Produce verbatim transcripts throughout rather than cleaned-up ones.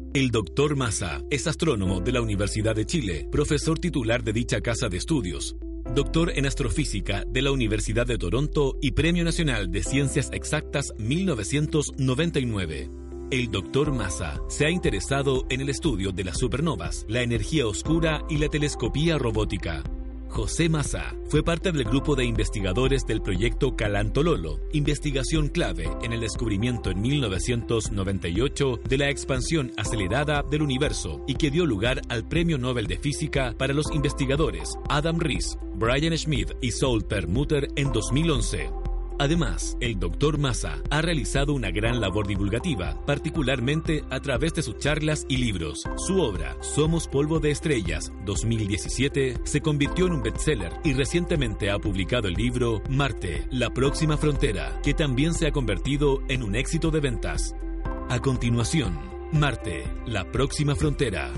El doctor Massa es astrónomo de la Universidad de Chile, profesor titular de dicha casa de estudios, doctor en astrofísica de la Universidad de Toronto y Premio Nacional de Ciencias Exactas mil novecientos noventa y nueve. El doctor Massa se ha interesado en el estudio de las supernovas, la energía oscura y la telescopía robótica. José Massa fue parte del grupo de investigadores del proyecto Calantololo, investigación clave en el descubrimiento en mil novecientos noventa y ocho de la expansión acelerada del universo y que dio lugar al Premio Nobel de Física para los investigadores Adam Riess, Brian Schmidt y Saul Perlmutter en dos mil once. Además, el doctor Massa ha realizado una gran labor divulgativa, particularmente a través de sus charlas y libros. Su obra, Somos polvo de estrellas, dos mil diecisiete, se convirtió en un bestseller y recientemente ha publicado el libro Marte, la próxima frontera, que también se ha convertido en un éxito de ventas. A continuación, Marte, la próxima frontera.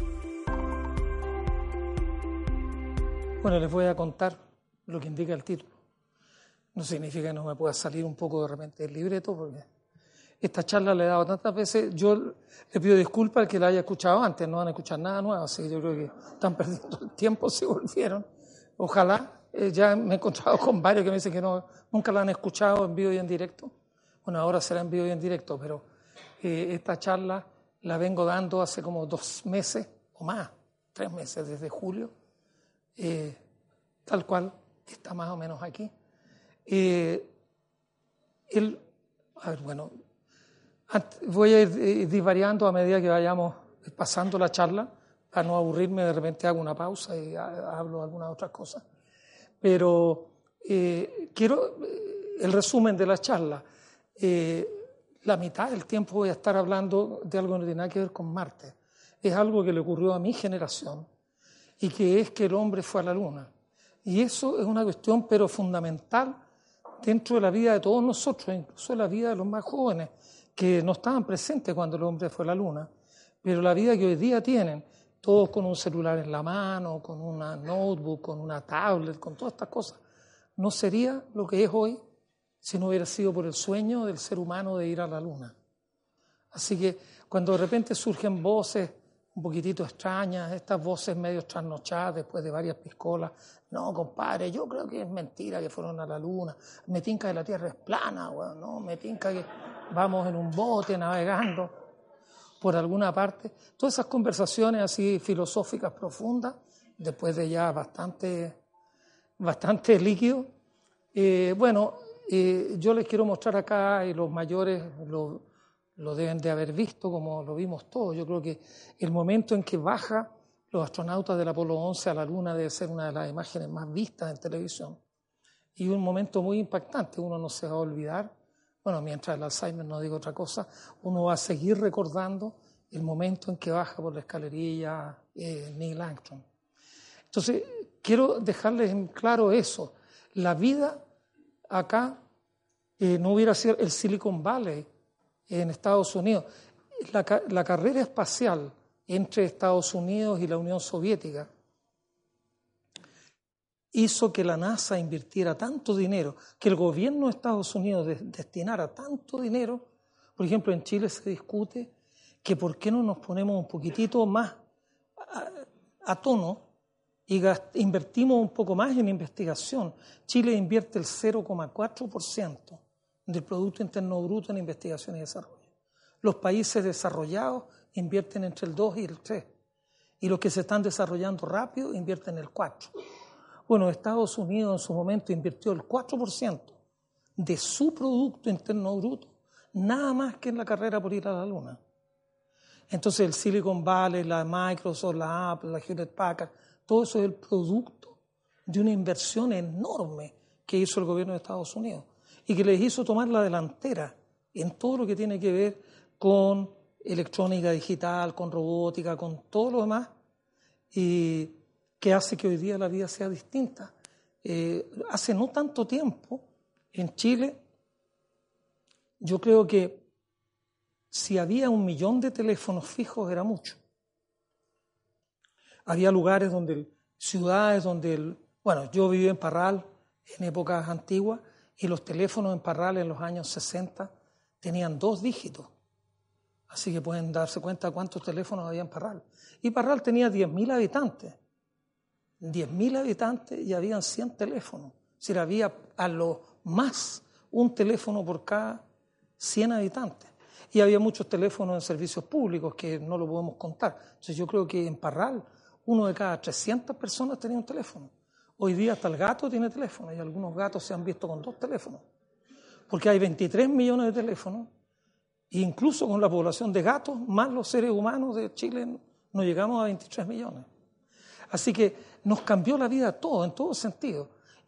Bueno, les voy a contar lo que indica el título. No significa que no me pueda salir un poco de repente del libreto, porque esta charla la he dado tantas veces. Yo le pido disculpas al que la haya escuchado antes, no van a escuchar nada nuevo, así que yo creo que están perdiendo el tiempo si volvieron. Ojalá, eh, ya me he encontrado con varios que me dicen que no, nunca la han escuchado en vivo y en directo. Bueno, ahora será en vivo y en directo, pero eh, esta charla la vengo dando hace como dos meses o más, tres meses, desde julio, eh, tal cual está más o menos aquí. Eh, el, a ver, bueno, voy a ir eh, divariando a medida que vayamos pasando la charla, para no aburrirme, de repente hago una pausa y a, hablo de algunas otras cosas. Pero eh, quiero eh, el resumen de la charla. Eh, la mitad del tiempo voy a estar hablando de algo que no tiene nada que ver con Marte. Es algo que le ocurrió a mi generación y que es que el hombre fue a la Luna. Y eso es una cuestión pero fundamental dentro de la vida de todos nosotros, incluso la vida de los más jóvenes, que no estaban presentes cuando el hombre fue a la Luna, pero la vida que hoy día tienen, todos con un celular en la mano, con una notebook, con una tablet, con todas estas cosas, no sería lo que es hoy si no hubiera sido por el sueño del ser humano de ir a la Luna. Así que cuando de repente surgen voces un poquitito extrañas, estas voces medio trasnochadas después de varias piscolas, no, compadre, yo creo que es mentira que fueron a la Luna, me tinca que la Tierra es plana, bueno, no, me tinca que vamos en un bote navegando por alguna parte. Todas esas conversaciones así filosóficas profundas, después de ya bastante, bastante líquido, eh, bueno, eh, yo les quiero mostrar acá, y los mayores lo, lo deben de haber visto como lo vimos todos. Yo creo que el momento en que baja los astronautas del Apolo once a la Luna debe ser una de las imágenes más vistas en televisión. Y un momento muy impactante, uno no se va a olvidar. Bueno, mientras el Alzheimer no diga otra cosa, uno va a seguir recordando el momento en que baja por la escalerilla eh, Neil Armstrong. Entonces, quiero dejarles en claro eso. La vida acá eh, no hubiera sido el Silicon Valley en Estados Unidos. La, la carrera espacial entre Estados Unidos y la Unión Soviética hizo que la NASA invirtiera tanto dinero, que el gobierno de Estados Unidos de, destinara tanto dinero. Por ejemplo, en Chile se discute que por qué no nos ponemos un poquitito más a, a tono y gast, invertimos un poco más en investigación. Chile invierte el cero coma cuatro por ciento del Producto Interno Bruto en investigación y desarrollo. Los países desarrollados invierten entre el dos y el tres. Y los que se están desarrollando rápido invierten el cuatro por ciento. Bueno, Estados Unidos en su momento invirtió el cuatro por ciento de su Producto Interno Bruto, nada más que en la carrera por ir a la Luna. Entonces el Silicon Valley, la Microsoft, la Apple, la Hewlett Packard, todo eso es el producto de una inversión enorme que hizo el gobierno de Estados Unidos y que les hizo tomar la delantera en todo lo que tiene que ver con electrónica digital, con robótica, con todo lo demás, y que hace que hoy día la vida sea distinta. Eh, hace no tanto tiempo, en Chile, yo creo que si había un millón de teléfonos fijos era mucho. Había lugares donde, ciudades donde, el, bueno, yo viví en Parral en épocas antiguas y los teléfonos en Parral en los años sesenta tenían dos dígitos. Así que pueden darse cuenta cuántos teléfonos había en Parral. Y Parral tenía diez mil habitantes. diez mil habitantes y habían cien teléfonos. Es decir, había a lo más un teléfono por cada cien habitantes. Y había muchos teléfonos en servicios públicos que no lo podemos contar. Entonces yo creo que en Parral uno de cada trescientas personas tenía un teléfono. Hoy día hasta el gato tiene teléfono y algunos gatos se han visto con dos teléfonos. Porque hay veintitrés millones de teléfonos e incluso con la población de gatos, más los seres humanos de Chile, no llegamos a veintitrés millones. Así que nos cambió la vida todo, en todo sentido.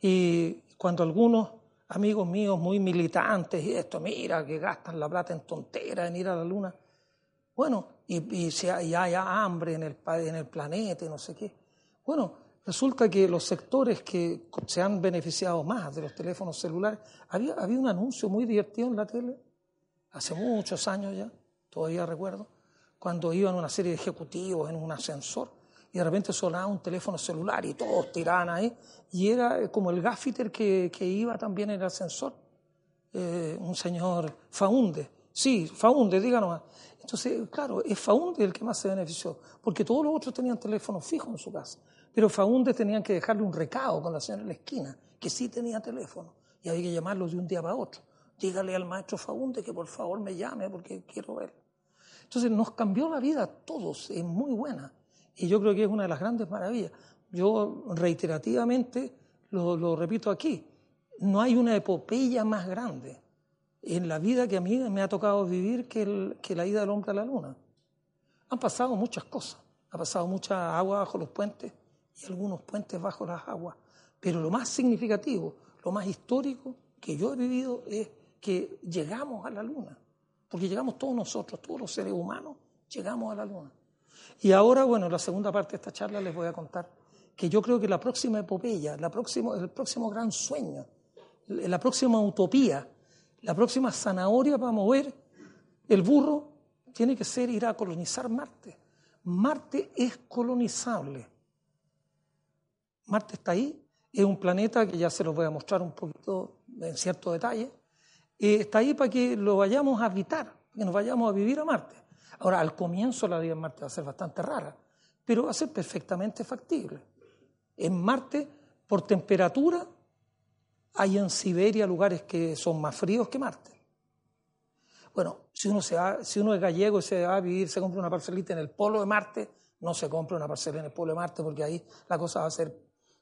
Y cuando algunos amigos míos muy militantes y esto, mira, que gastan la plata en tonteras, en ir a la luna, bueno, y, y, si hay, y hay hambre en el, en el planeta y no sé qué. Bueno, resulta que los sectores que se han beneficiado más de los teléfonos celulares, había, había un anuncio muy divertido en la tele, hace muchos años ya, todavía recuerdo, cuando iban una serie de ejecutivos en un ascensor y de repente sonaba un teléfono celular y todos tiraban ahí, y era como el gaffiter que, que iba también en el ascensor, eh, un señor Faúndez, sí, Faúndez, díganos. Entonces, claro, es Faúndez el que más se benefició, porque todos los otros tenían teléfonos fijos en su casa, pero Faúndez tenían que dejarle un recado con la señora en la esquina, que sí tenía teléfono, y había que llamarlo de un día para otro. Dígale al maestro Faúndez que por favor me llame porque quiero verlo. Entonces nos cambió la vida a todos, es muy buena. Y yo creo que es una de las grandes maravillas. Yo reiterativamente lo, lo repito aquí, no hay una epopeya más grande en la vida que a mí me ha tocado vivir que, el, que la ida del hombre a la luna. Han pasado muchas cosas, ha pasado mucha agua bajo los puentes y algunos puentes bajo las aguas, pero lo más significativo, lo más histórico que yo he vivido es que llegamos a la luna, porque llegamos todos nosotros, todos los seres humanos, llegamos a la luna. Y ahora, bueno, en la segunda parte de esta charla les voy a contar que yo creo que la próxima epopeya, la próxima, el próximo gran sueño, la próxima utopía, la próxima zanahoria para mover el burro tiene que ser ir a colonizar Marte. Marte es colonizable. Marte está ahí, es un planeta que ya se los voy a mostrar un poquito en cierto detalle. Eh, está ahí para que lo vayamos a habitar, que nos vayamos a vivir a Marte. Ahora, al comienzo la vida en Marte va a ser bastante rara, pero va a ser perfectamente factible. En Marte, por temperatura, hay en Siberia lugares que son más fríos que Marte. Bueno, si uno, se va, si uno es gallego y se va a vivir, se compra una parcelita en el polo de Marte, no se compra una parcela en el polo de Marte porque ahí la cosa va a ser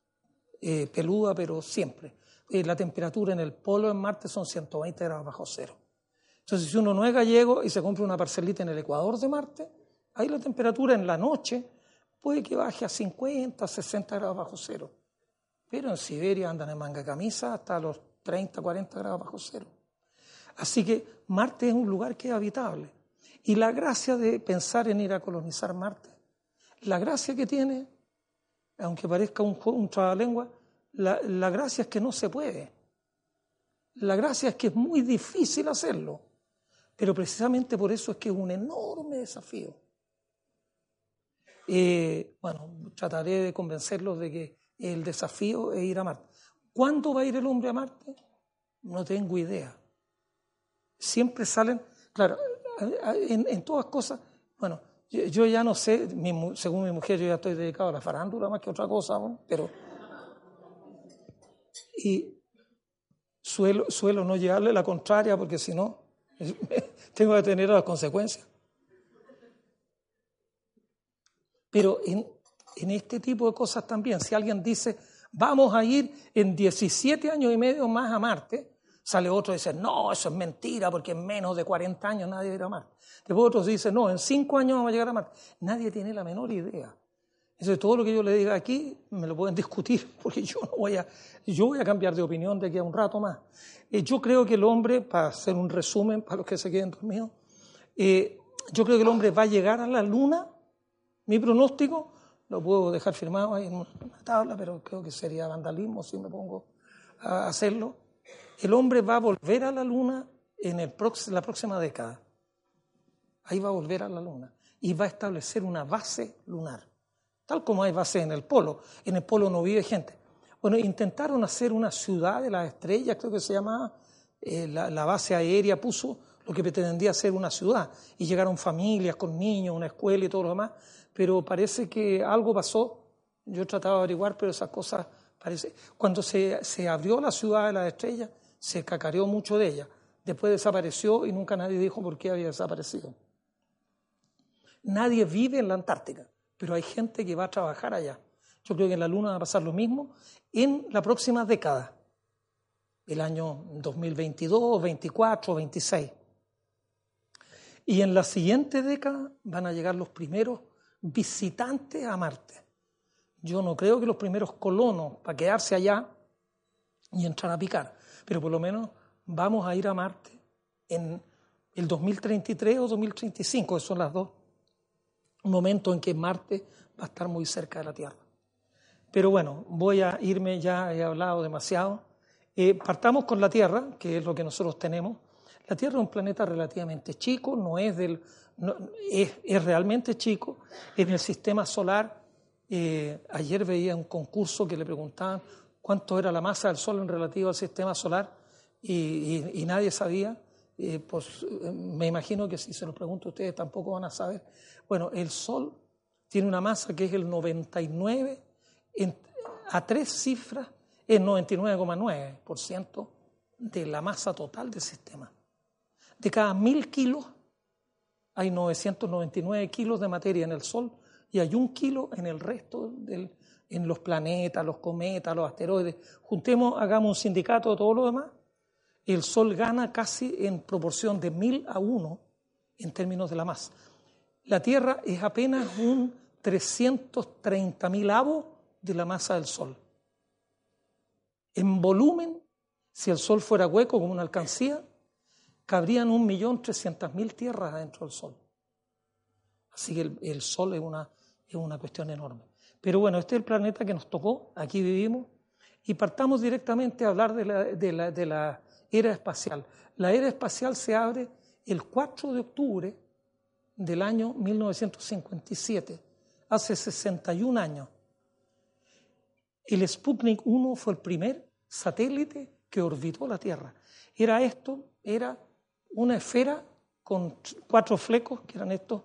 eh, peluda, pero siempre. Eh, la temperatura en el polo de Marte son ciento veinte grados bajo cero. Entonces, si uno no es gallego y se compra una parcelita en el Ecuador de Marte, ahí la temperatura en la noche puede que baje a cincuenta, sesenta grados bajo cero. Pero en Siberia andan en manga camisa hasta los treinta, cuarenta grados bajo cero. Así que Marte es un lugar que es habitable. Y la gracia de pensar en ir a colonizar Marte, la gracia que tiene, aunque parezca un, un trabalengua, la, la gracia es que no se puede. La gracia es que es muy difícil hacerlo. Pero precisamente por eso es que es un enorme desafío. Eh, bueno, trataré de convencerlos de que el desafío es ir a Marte. ¿Cuándo va a ir el hombre a Marte? No tengo idea. Siempre salen, claro, en, en todas cosas, bueno, yo, yo ya no sé, mi, según mi mujer yo ya estoy dedicado a la farándula más que otra cosa, ¿no? Pero y suelo, suelo no llevarle la contraria porque si no tengo que tener las consecuencias. Pero en, en este tipo de cosas también, si alguien dice, vamos a ir en diecisiete años y medio más a Marte, sale otro y dice, no, eso es mentira, porque en menos de cuarenta años nadie va a ir a Marte. Después otros dicen, no, en cinco años vamos a llegar a Marte. Nadie tiene la menor idea. Entonces, todo lo que yo le diga aquí, me lo pueden discutir, porque yo no voy a, yo voy a cambiar de opinión de aquí a un rato más. Eh, yo creo que el hombre, para hacer un resumen, para los que se queden dormidos, eh, yo creo que el hombre va a llegar a la Luna. Mi pronóstico, lo puedo dejar firmado ahí en una tabla, pero creo que sería vandalismo si me pongo a hacerlo. El hombre va a volver a la Luna en el prox- la próxima década. Ahí va a volver a la Luna y va a establecer una base lunar. Tal como hay base en el polo. En el polo no vive gente. Bueno, intentaron hacer una ciudad de las estrellas, creo que se llamaba, eh, la, la base aérea puso lo que pretendía ser una ciudad, y llegaron familias con niños, una escuela y todo lo demás, pero parece que algo pasó. Yo he tratado de averiguar, pero esas cosas parece. Cuando se, se abrió la ciudad de las estrellas, se cacareó mucho de ella. Después desapareció y nunca nadie dijo por qué había desaparecido. Nadie vive en la Antártica, pero hay gente que va a trabajar allá. Yo creo que en la Luna va a pasar lo mismo en la próxima década, el año dos mil veintidós, veinticuatro, veintiséis. Y en la siguiente década van a llegar los primeros visitantes a Marte. Yo no creo que los primeros colonos para quedarse allá y entrar a picar, pero por lo menos vamos a ir a Marte en el dos mil treinta y tres o dos mil treinta y cinco, que son las dos momentos en que Marte va a estar muy cerca de la Tierra. Pero bueno, voy a irme, ya he hablado demasiado. Eh, partamos con la Tierra, que es lo que nosotros tenemos. La Tierra es un planeta relativamente chico, no es del, no, es, es realmente chico. En el sistema solar, eh, ayer veía un concurso que le preguntaban cuánto era la masa del Sol en relativo al sistema solar y, y, y nadie sabía. Eh, pues me imagino que si se lo pregunto a ustedes tampoco van a saber. Bueno, el Sol tiene una masa que es el noventa y nueve, en, a tres cifras, es noventa y nueve coma nueve por ciento de la masa total del sistema. De cada mil kilos hay novecientos noventa y nueve kilos de materia en el Sol y hay un kilo en el resto, del, en los planetas, los cometas, los asteroides. Juntemos, hagamos un sindicato de todo lo demás. El Sol gana casi en proporción de mil a uno en términos de la masa. La Tierra es apenas un trescientos treinta mil avos de la masa del Sol. En volumen, si el Sol fuera hueco como una alcancía, cabrían un millón trescientas mil tierras adentro del Sol. Así que el, el Sol es una, es una cuestión enorme. Pero bueno, este es el planeta que nos tocó, aquí vivimos, y partamos directamente a hablar de la, de la, de la era espacial. La era espacial se abre el cuatro de octubre del año mil novecientos cincuenta y siete, hace sesenta y un años. El Sputnik uno fue el primer satélite que orbitó la Tierra. Era esto, era una esfera con cuatro flecos, que eran estos.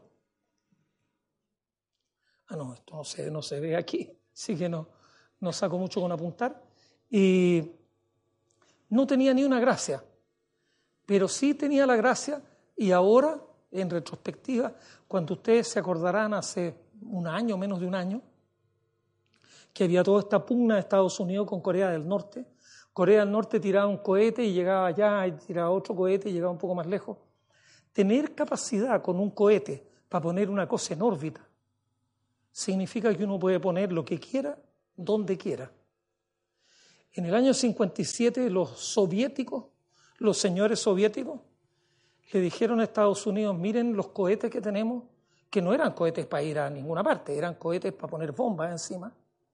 Ah, no, esto no se, no se ve aquí, así que no, no saco mucho con apuntar. Y no tenía ni una gracia, pero sí tenía la gracia, y ahora, en retrospectiva, cuando ustedes se acordarán hace un año, menos de un año, que había toda esta pugna de Estados Unidos con Corea del Norte. Corea del Norte tiraba un cohete y llegaba allá, y tiraba otro cohete y llegaba un poco más lejos. Tener capacidad con un cohete para poner una cosa en órbita significa que uno puede poner lo que quiera, donde quiera. En el año cincuenta y siete los soviéticos, los señores soviéticos, le dijeron a Estados Unidos, miren los cohetes que tenemos, que no eran cohetes para ir a ninguna parte, eran cohetes para poner bombas encima.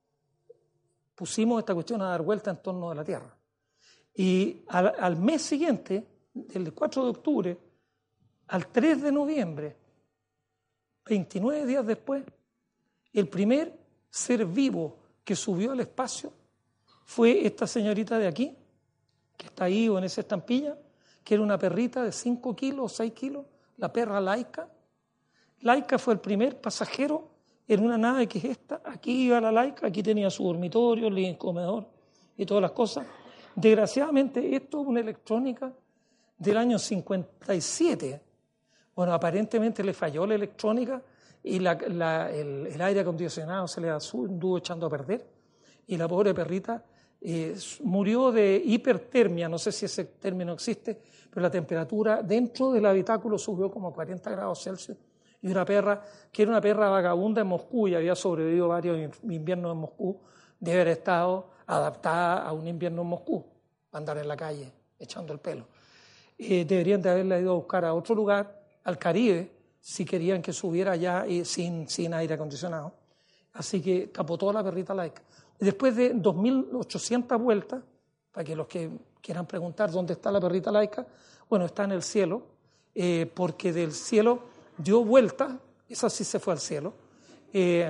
Pusimos esta cuestión a dar vuelta en torno de la Tierra. Y al, al mes siguiente, del cuatro de octubre, al tres de noviembre, veintinueve días después, el primer ser vivo que subió al espacio fue esta señorita de aquí, que está ahí o en esa estampilla, que era una perrita de cinco kilos o seis kilos, la perra Laika. Laika fue el primer pasajero en una nave que es esta. Aquí iba la Laika, aquí tenía su dormitorio, el comedor y todas las cosas. Desgraciadamente, esto es una electrónica del año cincuenta y siete. Bueno, aparentemente le falló la electrónica y la, la, el, el aire acondicionado se le anduvo echando a perder. Y la pobre perrita eh, murió de hipertermia, no sé si ese término existe, pero la temperatura dentro del habitáculo subió como a cuarenta grados Celsius. Y una perra, que era una perra vagabunda en Moscú y había sobrevivido varios inviernos en Moscú, debe haber estado adaptada a un invierno en Moscú, andar en la calle echando el pelo. Eh, deberían de haberla ido a buscar a otro lugar, al Caribe, si querían que subiera allá eh, sin, sin aire acondicionado. Así que capotó la perrita Laika. Después de dos mil ochocientas vueltas, para que los que quieran preguntar dónde está la perrita Laika, bueno, está en el cielo, eh, porque del cielo dio vuelta, esa sí se fue al cielo. Eh,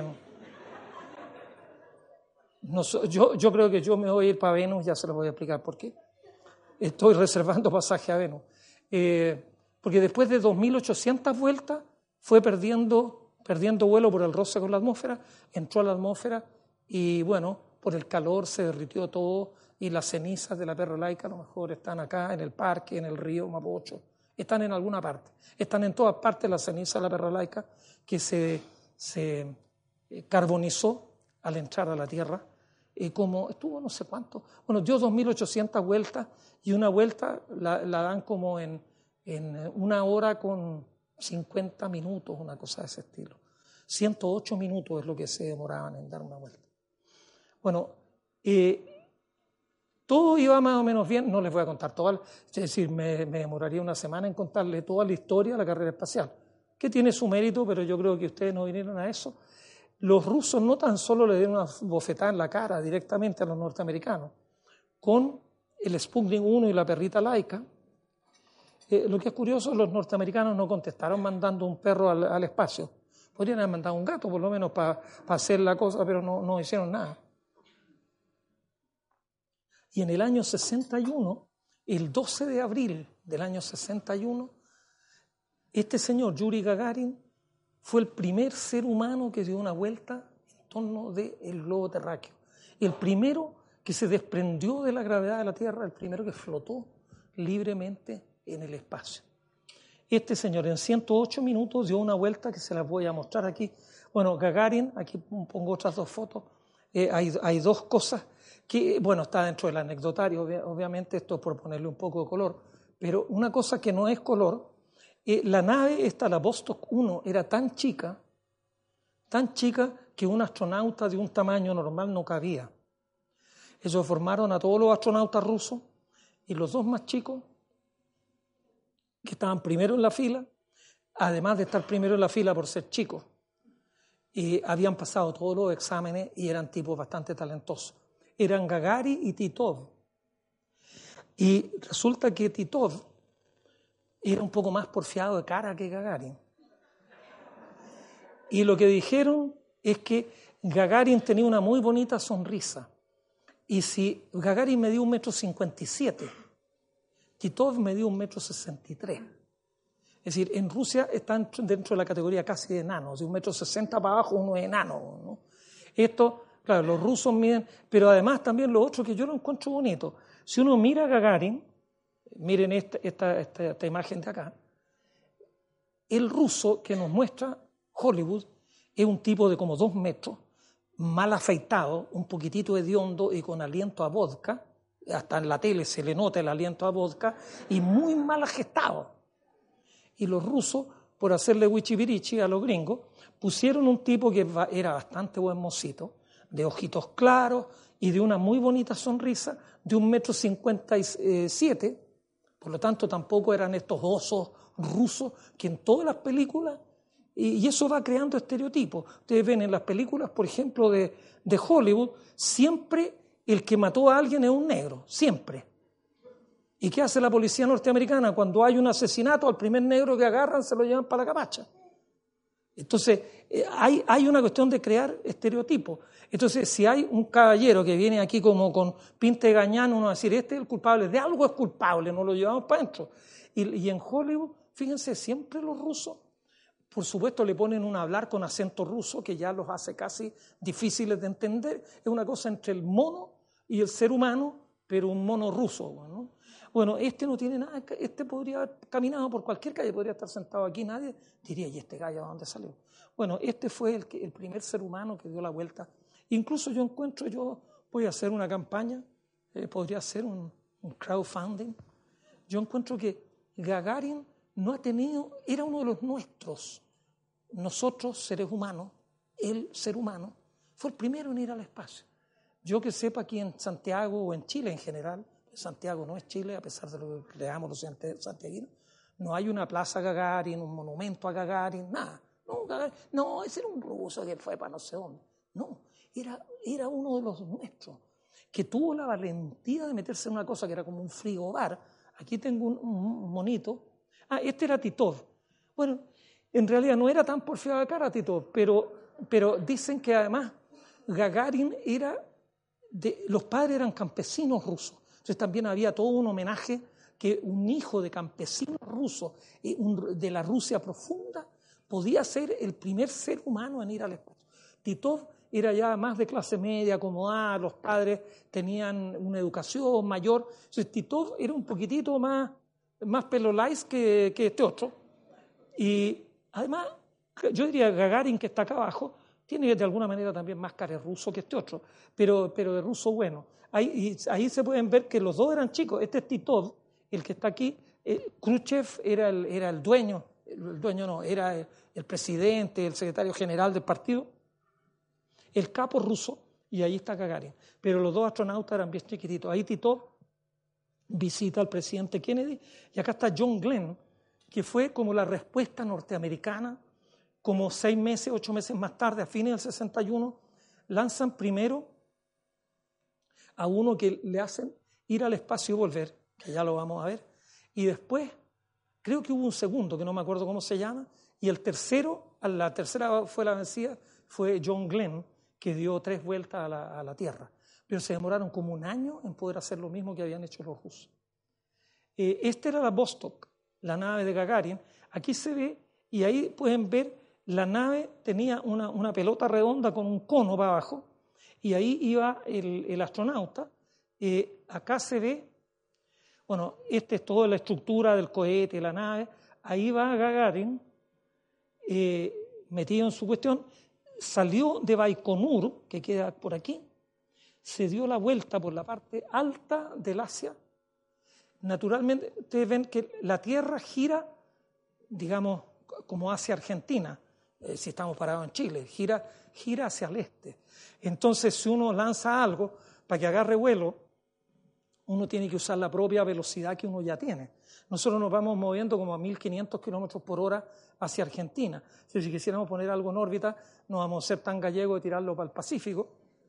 no, yo, yo creo que yo me voy a ir para Venus, ya se lo voy a explicar por qué. Estoy reservando pasaje a Venus. Eh, porque después de dos mil ochocientas vueltas fue perdiendo, perdiendo vuelo por el roce con la atmósfera, entró a la atmósfera y bueno, por el calor se derritió todo y las cenizas de la perra laica a lo mejor están acá en el parque, en el río Mapocho, están en alguna parte, están en todas partes las cenizas de la perra laica que se, se carbonizó al entrar a la Tierra, eh, como estuvo no sé cuánto, bueno, dio dos mil ochocientas vueltas y una vuelta la, la dan como en, en una hora con cincuenta minutos, una cosa de ese estilo. ciento ocho minutos es lo que se demoraban en dar una vuelta. Bueno, eh, todo iba más o menos bien, no les voy a contar toda, es decir, me, me demoraría una semana en contarle toda la historia de la carrera espacial, que tiene su mérito, pero yo creo que ustedes no vinieron a eso. Los rusos no tan solo le dieron una bofetada en la cara directamente a los norteamericanos, con el Sputnik uno y la perrita laica. Eh, lo que es curioso, los norteamericanos no contestaron mandando un perro al, al espacio. Podrían haber mandado un gato, por lo menos, para pa hacer la cosa, pero no, no hicieron nada. Y en el año sesenta y uno, el doce de abril del año sesenta y uno, este señor, Yuri Gagarin, fue el primer ser humano que dio una vuelta en torno del globo terráqueo. El primero que se desprendió de la gravedad de la Tierra, el primero que flotó libremente en el espacio. Este señor en ciento ocho minutos dio una vuelta que se las voy a mostrar aquí. Bueno, Gagarin, aquí pongo otras dos fotos, eh, hay, hay dos cosas que, bueno, está dentro del anecdotario, obviamente, esto es por ponerle un poco de color, pero una cosa que no es color, eh, la nave esta, la Vostok uno, era tan chica, tan chica que un astronauta de un tamaño normal no cabía. Ellos formaron a todos los astronautas rusos y los dos más chicos, que estaban primero en la fila, además de estar primero en la fila por ser chicos, y habían pasado todos los exámenes y eran tipos bastante talentosos. Eran Gagarin y Titov. Y resulta que Titov era un poco más porfiado de cara que Gagarin. Y lo que dijeron es que Gagarin tenía una muy bonita sonrisa. Y si Gagarin medía un metro cincuenta y siete, Titov medía un metro sesenta y tres. Es decir, en Rusia están dentro de la categoría casi de enanos, de un metro sesenta para abajo uno es enano, ¿no? Esto, claro, los rusos miden, pero además también lo otro que yo lo encuentro bonito. Si uno mira a Gagarin, miren esta, esta, esta, esta imagen de acá, el ruso que nos muestra Hollywood es un tipo de como dos metros, mal afeitado, un poquitito hediondo y con aliento a vodka, hasta en la tele se le nota el aliento a vodka, y muy mal gestado. Y los rusos, por hacerle wichibirichi a los gringos, pusieron un tipo que era bastante buen mocito, de ojitos claros y de una muy bonita sonrisa, de un metro cincuenta y siete, por lo tanto tampoco eran estos osos rusos que en todas las películas, y eso va creando estereotipos. Ustedes ven en las películas, por ejemplo, de, de Hollywood, siempre el que mató a alguien es un negro, siempre. ¿Y qué hace la policía norteamericana? Cuando hay un asesinato, al primer negro que agarran se lo llevan para la capacha. Entonces, eh, hay, hay una cuestión de crear estereotipos. Entonces, si hay un caballero que viene aquí como con pinta de gañán, uno va a decir, este es el culpable, de algo es culpable, nos lo llevamos para adentro. Y, y en Hollywood, fíjense, siempre los rusos, por supuesto, le ponen un hablar con acento ruso que ya los hace casi difíciles de entender. Es una cosa entre el mono y el ser humano, pero un mono ruso, ¿no? Bueno, este no tiene nada, este podría haber caminado por cualquier calle, podría estar sentado aquí, nadie diría, ¿y este gallo a dónde salió? Bueno, este fue el, que, el primer ser humano que dio la vuelta. Incluso yo encuentro, yo voy a hacer una campaña, eh, podría hacer un, un crowdfunding. Yo encuentro que Gagarin no ha tenido, era uno de los nuestros. Nosotros, seres humanos, el ser humano, fue el primero en ir al espacio. Yo que sepa, aquí en Santiago o en Chile en general, Santiago no es Chile, a pesar de lo que leamos los santiaguinos, no hay una plaza Gagarin, un monumento a Gagarin, nada. No, Gagarin, no, ese era un ruso que fue para no sé dónde. No, era, era uno de los nuestros, que tuvo la valentía de meterse en una cosa que era como un frigobar. Aquí tengo un, un monito. Ah, este era Titov. Bueno, en realidad no era tan porfiado de cara Titov, pero, pero dicen que además Gagarin era, de, los padres eran campesinos rusos. Entonces también había todo un homenaje que un hijo de campesinos rusos de la Rusia profunda podía ser el primer ser humano en ir al espacio. Titov era ya más de clase media, acomodada, los padres tenían una educación mayor. Entonces Titov era un poquitito más, más pelolais que, que este otro. Y además, yo diría Gagarin, que está acá abajo, tiene de alguna manera también más cara de ruso que este otro, pero, pero de ruso bueno. Ahí, ahí se pueden ver que los dos eran chicos. Este es Titov, el que está aquí. Eh, Khrushchev era el, era el dueño, el dueño no, era el, el presidente, el secretario general del partido, el capo ruso, y ahí está Gagarin. Pero los dos astronautas eran bien chiquititos. Ahí Titov visita al presidente Kennedy, y acá está John Glenn, que fue como la respuesta norteamericana, como seis meses, ocho meses más tarde, a fines del sesenta y uno, lanzan primero a uno que le hacen ir al espacio y volver, que ya lo vamos a ver, y después creo que hubo un segundo, que no me acuerdo cómo se llama, y el tercero, la tercera fue la vencida, fue John Glenn, que dio tres vueltas a la, a la Tierra, pero se demoraron como un año en poder hacer lo mismo que habían hecho los rusos. Eh, esta era la Vostok, la nave de Gagarin. Aquí se ve, y ahí pueden ver, la nave tenía una, una pelota redonda con un cono para abajo, y ahí iba el, el astronauta. Eh, acá se ve, bueno, esta es toda la estructura del cohete, la nave. Ahí va Gagarin, eh, metido en su cuestión, salió de Baikonur, que queda por aquí, se dio la vuelta por la parte alta del Asia. Naturalmente, ustedes ven que la Tierra gira, digamos, como hacia Argentina, eh, si estamos parados en Chile, gira, gira hacia el este. Entonces, si uno lanza algo para que agarre vuelo, uno tiene que usar la propia velocidad que uno ya tiene. Nosotros nos vamos moviendo como a mil quinientos kilómetros por hora hacia Argentina. Si quisiéramos poner algo en órbita, no vamos a ser tan gallegos de tirarlo para el Pacífico,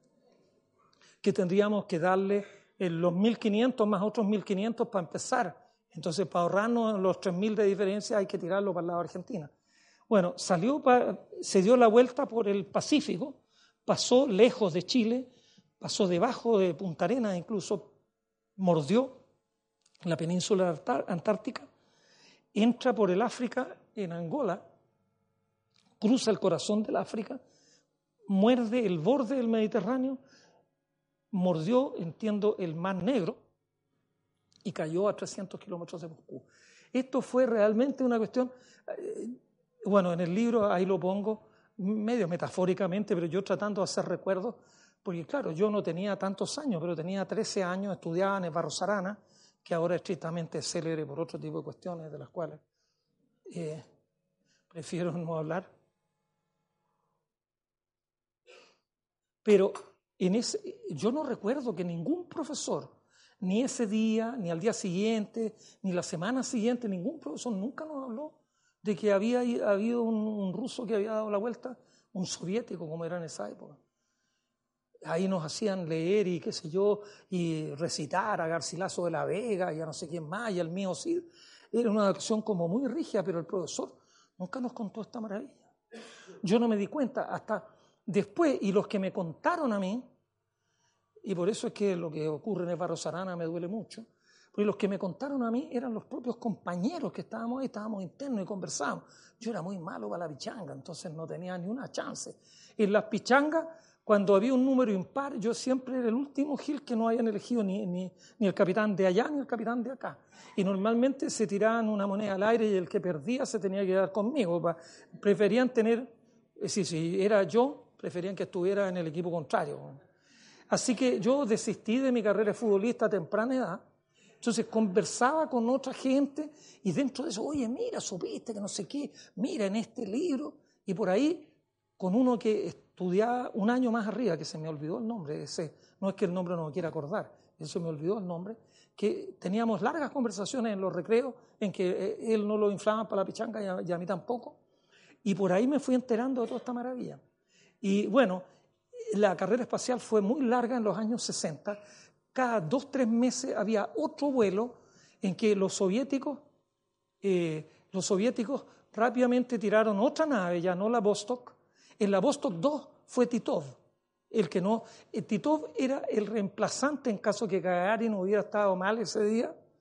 que tendríamos que darle los mil quinientos más otros mil quinientos para empezar. Entonces, para ahorrarnos los tres mil de diferencia, hay que tirarlo para el lado de Argentina. Bueno, salió para, se dio la vuelta por el Pacífico, pasó lejos de Chile, pasó debajo de Punta Arenas, incluso mordió la península antártica, entra por el África en Angola, cruza el corazón del África, muerde el borde del Mediterráneo, mordió, entiendo, el Mar Negro y cayó a trescientos kilómetros de Moscú. Esto fue realmente una cuestión, eh, bueno, en el libro ahí lo pongo medio metafóricamente, pero yo tratando de hacer recuerdos, porque claro, yo no tenía tantos años, pero tenía trece años, estudiaba en el Barros Arana, que ahora es estrictamente célebre por otro tipo de cuestiones de las cuales eh, prefiero no hablar. Pero en ese, yo no recuerdo que ningún profesor, ni ese día, ni al día siguiente, ni la semana siguiente, ningún profesor nunca nos habló de que había habido un, un ruso que había dado la vuelta, un soviético como era en esa época. Ahí nos hacían leer y qué sé yo, y recitar a Garcilaso de la Vega y a no sé quién más, y al mío Cid. Era una acción como muy rígida, pero el profesor nunca nos contó esta maravilla. Yo no me di cuenta hasta después, y los que me contaron a mí, y por eso es que lo que ocurre en el Barros Arana me duele mucho, porque los que me contaron a mí eran los propios compañeros que estábamos ahí, estábamos internos y conversábamos. Yo era muy malo para la pichanga, entonces no tenía ni una chance. En las pichangas, cuando había un número impar, yo siempre era el último gil que no hayan elegido ni, ni, ni el capitán de allá ni el capitán de acá. Y normalmente se tiraban una moneda al aire y el que perdía se tenía que quedar conmigo. Preferían tener, si, si era yo, preferían que estuviera en el equipo contrario. Así que yo desistí de mi carrera de futbolista a temprana edad. Entonces conversaba con otra gente y dentro de eso, oye, mira, supiste que no sé qué, mira en este libro. Y por ahí, con uno que estudiaba un año más arriba, que se me olvidó el nombre, ese, no es que el nombre no me quiera acordar, eso me olvidó el nombre, que teníamos largas conversaciones en los recreos en que él no lo inflaba para la pichanga y a, y a mí tampoco. Y por ahí me fui enterando de toda esta maravilla. Y bueno, la carrera espacial fue muy larga en los años sesenta. Cada dos, tres meses había otro vuelo en que los soviéticos, eh, los soviéticos rápidamente tiraron otra nave, ya no la Vostok. En la Vostok dos fue Titov. El que no, eh, Titov era el reemplazante en caso que Gagarin hubiera estado mal ese día.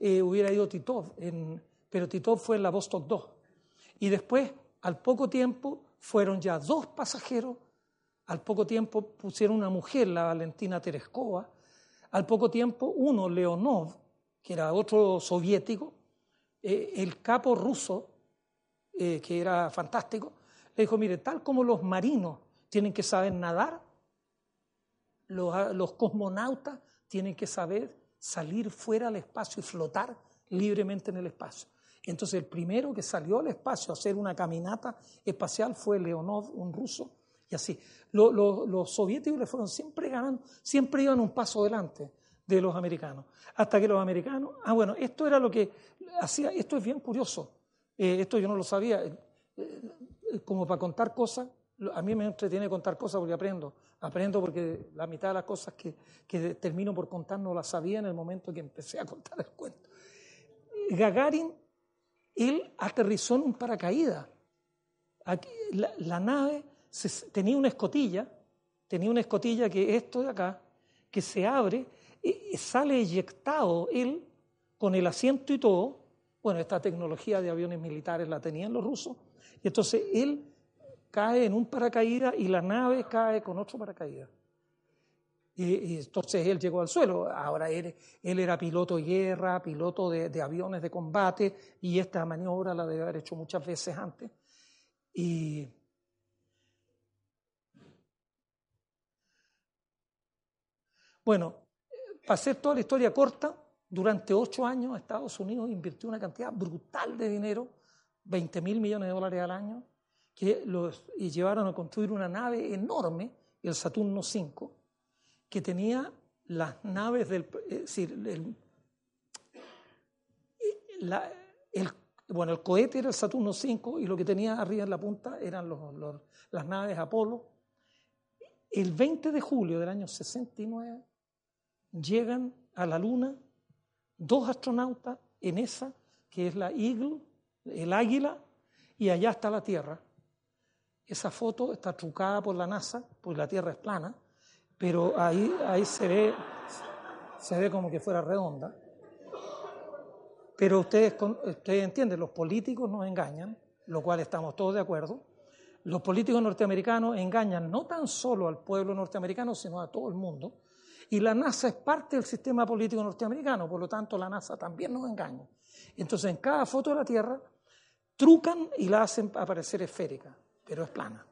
eh, hubiera ido Titov, en, pero Titov fue en la Vostok dos. Y después, al poco tiempo, fueron ya dos pasajeros, al poco tiempo pusieron una mujer, la Valentina Tereskova, al poco tiempo uno, Leonov, que era otro soviético, eh, el capo ruso, eh, que era fantástico, le dijo, mire, tal como los marinos tienen que saber nadar, los, los cosmonautas tienen que saber salir fuera al espacio y flotar libremente en el espacio. Entonces el primero que salió al espacio a hacer una caminata espacial fue Leonov, un ruso, y así. Lo, lo, los soviéticos le fueron siempre ganando, siempre iban un paso adelante de los americanos, hasta que los americanos, ah bueno, esto era lo que hacía, esto es bien curioso, eh, esto yo no lo sabía, eh, eh, como para contar cosas, a mí me entretiene contar cosas porque aprendo, aprendo porque la mitad de las cosas que, que termino por contar no las sabía en el momento que empecé a contar el cuento. Gagarin, él aterrizó en un paracaídas. Aquí, la, la nave se, tenía una escotilla, tenía una escotilla que es esto de acá, que se abre, y sale eyectado él con el asiento y todo. Bueno, esta tecnología de aviones militares la tenían los rusos, y entonces él cae en un paracaídas y la nave cae con otro paracaídas. Y, y entonces él llegó al suelo. Ahora él, él era piloto de guerra, piloto de, de aviones de combate, y esta maniobra la debe haber hecho muchas veces antes. Y bueno, para hacer toda la historia corta, durante ocho años Estados Unidos invirtió una cantidad brutal de dinero, veinte mil millones de dólares al año, que los, y llevaron a construir una nave enorme, el Saturno cinco, que tenía las naves del... Es decir, el, la, el, bueno, el cohete era el Saturno cinco y lo que tenía arriba en la punta eran los, los, las naves Apolo. El veinte de julio del año sesenta y nueve llegan a la Luna dos astronautas en esa, que es la Eagle, el águila, y allá está la Tierra. Esa foto está trucada por la NASA, porque la Tierra es plana, pero ahí, ahí se ve, se ve como que fuera redonda. Pero ustedes, ustedes entienden, los políticos nos engañan, lo cual estamos todos de acuerdo. Los políticos norteamericanos engañan no tan solo al pueblo norteamericano, sino a todo el mundo. Y la NASA es parte del sistema político norteamericano, por lo tanto la NASA también nos engaña. Entonces en cada foto de la Tierra trucan y la hacen aparecer esférica, pero es plana.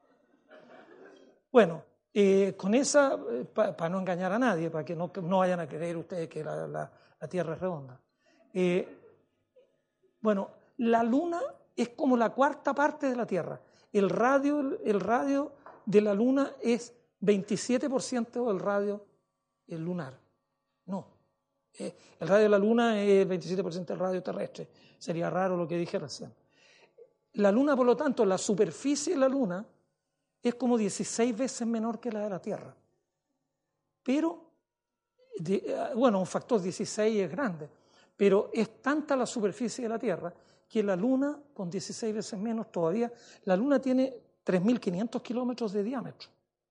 Bueno, eh, con esa, eh, para pa no engañar a nadie, para que no, no vayan a creer ustedes que la, la, la Tierra es redonda. Eh, bueno, la Luna es como la cuarta parte de la Tierra. El radio, el radio de la Luna es veintisiete por ciento del radio el lunar. No. Eh, el radio de la Luna es veintisiete por ciento del radio terrestre. Sería raro lo que dije recién. La Luna, por lo tanto, la superficie de la Luna es como dieciséis veces menor que la de la Tierra. Pero, de, bueno, un factor dieciséis es grande, pero es tanta la superficie de la Tierra que la Luna, con dieciséis veces menos todavía, la Luna tiene tres mil quinientos kilómetros de diámetro.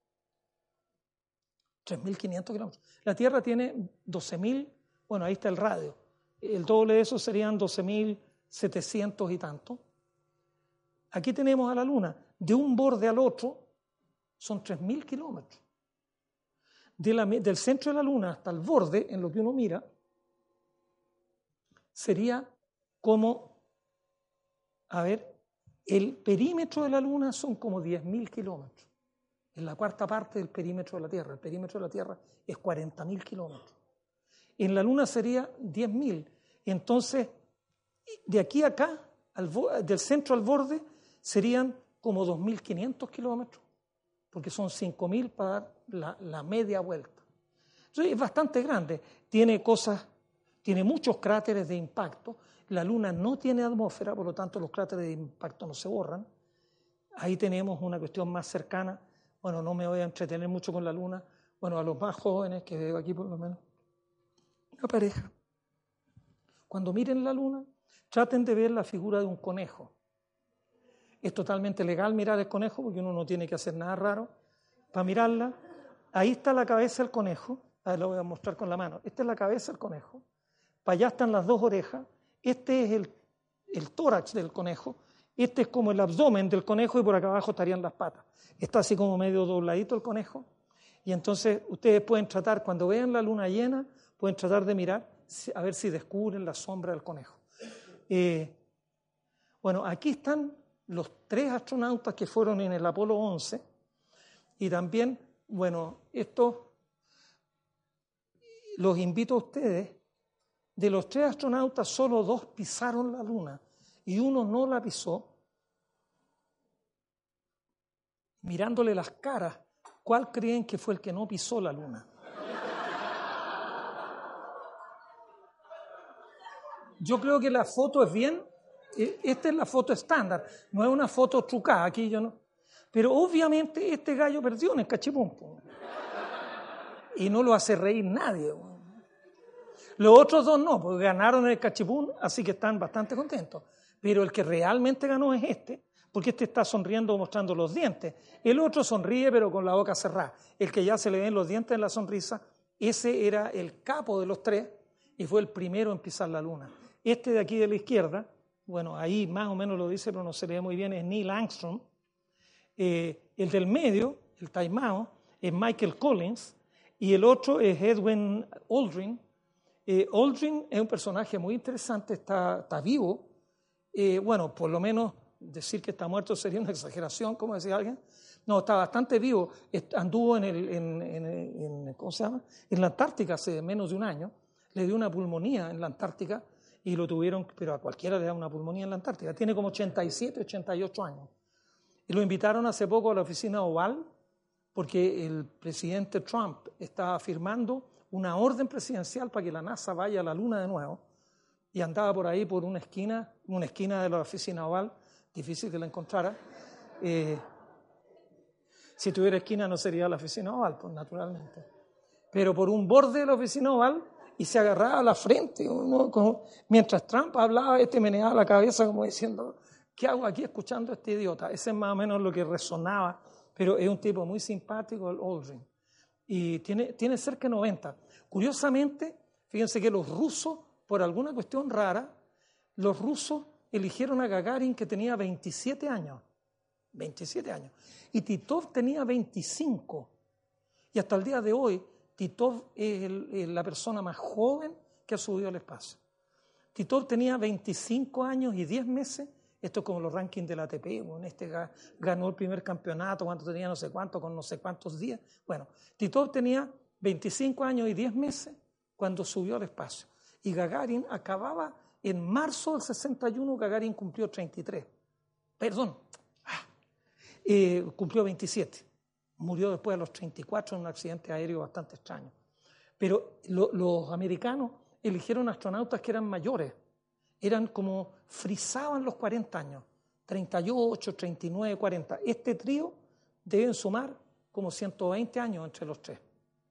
tres mil quinientos kilómetros. La Tierra tiene doce mil, bueno, ahí está el radio. El doble de eso serían doce mil setecientos y tanto. Aquí tenemos a la Luna. De un borde al otro son tres mil kilómetros. De la, del centro de la Luna hasta el borde, en lo que uno mira, sería como, a ver, el perímetro de la Luna son como diez mil kilómetros. Es la cuarta parte del perímetro de la Tierra. El perímetro de la Tierra es cuarenta mil kilómetros. En la Luna sería diez mil. Entonces, de aquí a acá, al, del centro al borde, serían como dos mil quinientos kilómetros, porque son cinco mil para dar la, la media vuelta. Entonces, es bastante grande. Tiene cosas, tiene muchos cráteres de impacto. La Luna no tiene atmósfera, por lo tanto, los cráteres de impacto no se borran. Ahí tenemos una cuestión más cercana. Bueno, no me voy a entretener mucho con la Luna. Bueno, a los más jóvenes que veo aquí por lo menos, una pareja. Cuando miren la Luna, traten de ver la figura de un conejo. Es totalmente legal mirar el conejo porque uno no tiene que hacer nada raro para mirarla. Ahí está la cabeza del conejo. A ver, lo voy a mostrar con la mano. Esta es la cabeza del conejo. para allá están las dos orejas, este es el, el tórax del conejo, este es como el abdomen del conejo y por acá abajo estarían las patas. Está así como medio dobladito el conejo y entonces ustedes pueden tratar, cuando vean la luna llena, pueden tratar de mirar a ver si descubren la sombra del conejo. Eh, bueno, aquí están los tres astronautas que fueron en el Apolo once y también, bueno, esto los invito a ustedes. De los tres astronautas, solo dos pisaron la luna y uno no la pisó. Mirándole las caras, ¿cuál creen que fue el que no pisó la luna? Yo creo que la foto es bien, esta es la foto estándar, no es una foto trucada, aquí yo no. Pero obviamente este gallo perdió en el cachipún. Y no lo hace reír nadie. Los otros dos no, porque ganaron el cachipún, así que están bastante contentos. Pero el que realmente ganó es este, porque este está sonriendo mostrando los dientes. El otro sonríe pero con la boca cerrada. El que ya se le ven los dientes en la sonrisa, ese era el capo de los tres y fue el primero en pisar la luna. Este de aquí de la izquierda, bueno, ahí más o menos lo dice, pero no se lee muy bien, es Neil Armstrong. Eh, el del medio, el taimao, es Michael Collins y el otro es Edwin Aldrin. Eh, Aldrin es un personaje muy interesante, está, está vivo. Eh, bueno, por lo menos decir que está muerto sería una exageración, como decía alguien. No, está bastante vivo. Anduvo en, el, en, en, en, ¿cómo se llama? En la Antártica hace menos de un año. Le dio una pulmonía en la Antártica y lo tuvieron, pero a cualquiera le da una pulmonía en la Antártica. Tiene como ochenta y siete, ochenta y ocho años. Y lo invitaron hace poco a la oficina Oval porque el presidente Trump estaba firmando una orden presidencial para que la NASA vaya a la Luna de nuevo y andaba por ahí por una esquina, una esquina de la oficina Oval, difícil que la encontrara. Eh, si tuviera esquina no sería la oficina Oval, pues naturalmente. Pero por un borde de la oficina Oval y se agarraba a la frente. Uno, como, mientras Trump hablaba, este meneaba la cabeza como diciendo, ¿qué hago aquí escuchando a este idiota? Ese es más o menos lo que resonaba, pero es un tipo muy simpático, el Aldrin. Y tiene, tiene cerca de noventa. Curiosamente, fíjense que los rusos, por alguna cuestión rara, los rusos eligieron a Gagarin que tenía veintisiete años. veintisiete años. Y Titov tenía veinticinco. Y hasta el día de hoy, Titov es el, es la persona más joven que ha subido al espacio. Titov tenía veinticinco años y diez meses. Esto es como los rankings de la A T P. Bueno, este ganó el primer campeonato cuando tenía no sé cuánto, con no sé cuántos días. Bueno, Titov tenía veinticinco años y diez meses cuando subió al espacio. Y Gagarin acababa en marzo del sesenta y uno, Gagarin cumplió treinta y tres. Perdón, ah, eh, cumplió veintisiete. Murió después a los treinta y cuatro en un accidente aéreo bastante extraño. Pero lo, los americanos eligieron astronautas que eran mayores. Eran como, frisaban los cuarenta años. treinta y ocho, treinta y nueve, cuarenta. Este trío deben sumar como ciento veinte años entre los tres.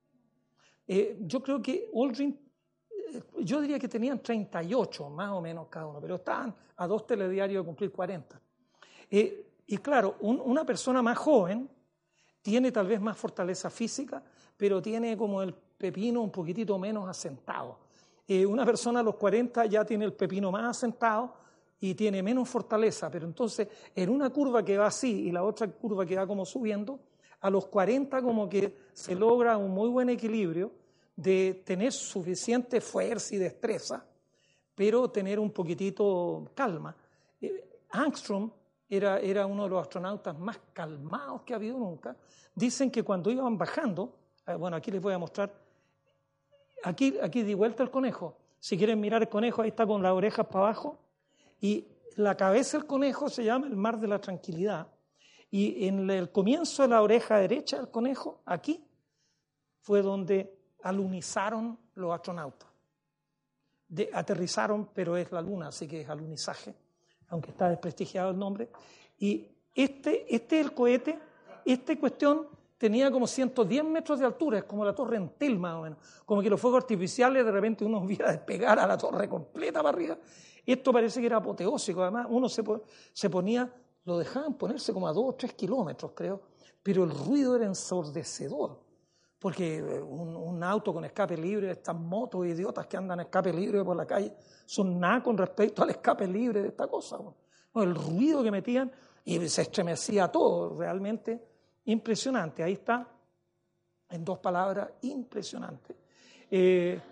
Eh, yo creo que Aldrin, eh, yo diría que tenían treinta y ocho más o menos cada uno, pero estaban a dos telediarios de cumplir cuarenta. Eh, y claro, un, una persona más joven tiene tal vez más fortaleza física, pero tiene como el pepino un poquitito menos asentado. Eh, una persona a los cuarenta ya tiene el pepino más asentado y tiene menos fortaleza, pero entonces en una curva que va así y la otra curva que va como subiendo, a los cuarenta como que se logra un muy buen equilibrio de tener suficiente fuerza y destreza, pero tener un poquitito calma. Eh, Armstrong era, era uno de los astronautas más calmados que ha habido nunca. Dicen que cuando iban bajando, eh, bueno, aquí les voy a mostrar, aquí, aquí di vuelta el conejo. Si quieren mirar el conejo, ahí está con las orejas para abajo, y la cabeza del conejo se llama el mar de la tranquilidad. Y en el comienzo de la oreja derecha del conejo, aquí, fue donde alunizaron los astronautas. De, aterrizaron, pero es la luna, así que es alunizaje, aunque está desprestigiado el nombre. Y este, este es el cohete, esta cuestión tenía como ciento diez metros de altura, es como la Torre Entel más o menos, como que los fuegos artificiales de repente uno viera despegar a la torre completa para arriba. Esto parece que era apoteósico, además uno se, se ponía, lo dejaban ponerse como a dos o tres kilómetros creo, pero el ruido era ensordecedor, porque un, un auto con escape libre, estas motos idiotas que andan a escape libre por la calle, son nada con respecto al escape libre de esta cosa. No, el ruido que metían, y se estremecía todo, realmente impresionante. Ahí está, en dos palabras, impresionante. Eh,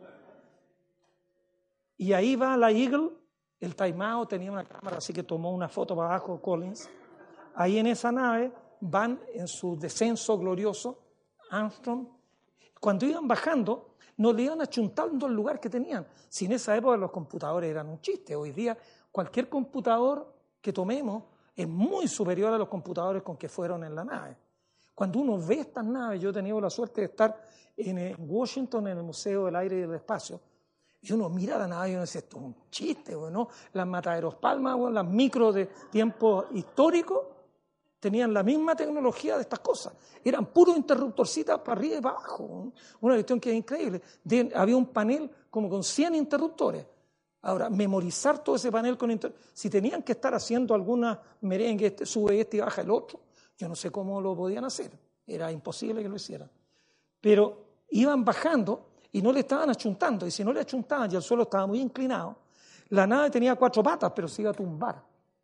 y ahí va la Eagle, el Taimao tenía una cámara, así que tomó una foto para abajo Collins. Ahí en esa nave van en su descenso glorioso, Armstrong. Cuando iban bajando, no le iban achuntando el lugar que tenían. Si en esa época los computadores eran un chiste, hoy día cualquier computador que tomemos es muy superior a los computadores con que fueron en la nave. Cuando uno ve estas naves, yo he tenido la suerte de estar en Washington, en el Museo del Aire y del Espacio, y uno mira la nave y uno dice, esto es un chiste, ¿no? Las Mataderos Palmas, bueno, las micros de tiempo histórico, tenían la misma tecnología de estas cosas. Eran puros interruptorcitas para arriba y para abajo. Una cuestión que es increíble. De, había un panel como con cien interruptores. Ahora, memorizar todo ese panel con interruptores. Si tenían que estar haciendo alguna merengue, este, sube este y baja el otro, yo no sé cómo lo podían hacer. Era imposible que lo hicieran. Pero iban bajando y no le estaban achuntando. Y si no le achuntaban y el suelo estaba muy inclinado, la nave tenía cuatro patas, pero se iba a tumbar.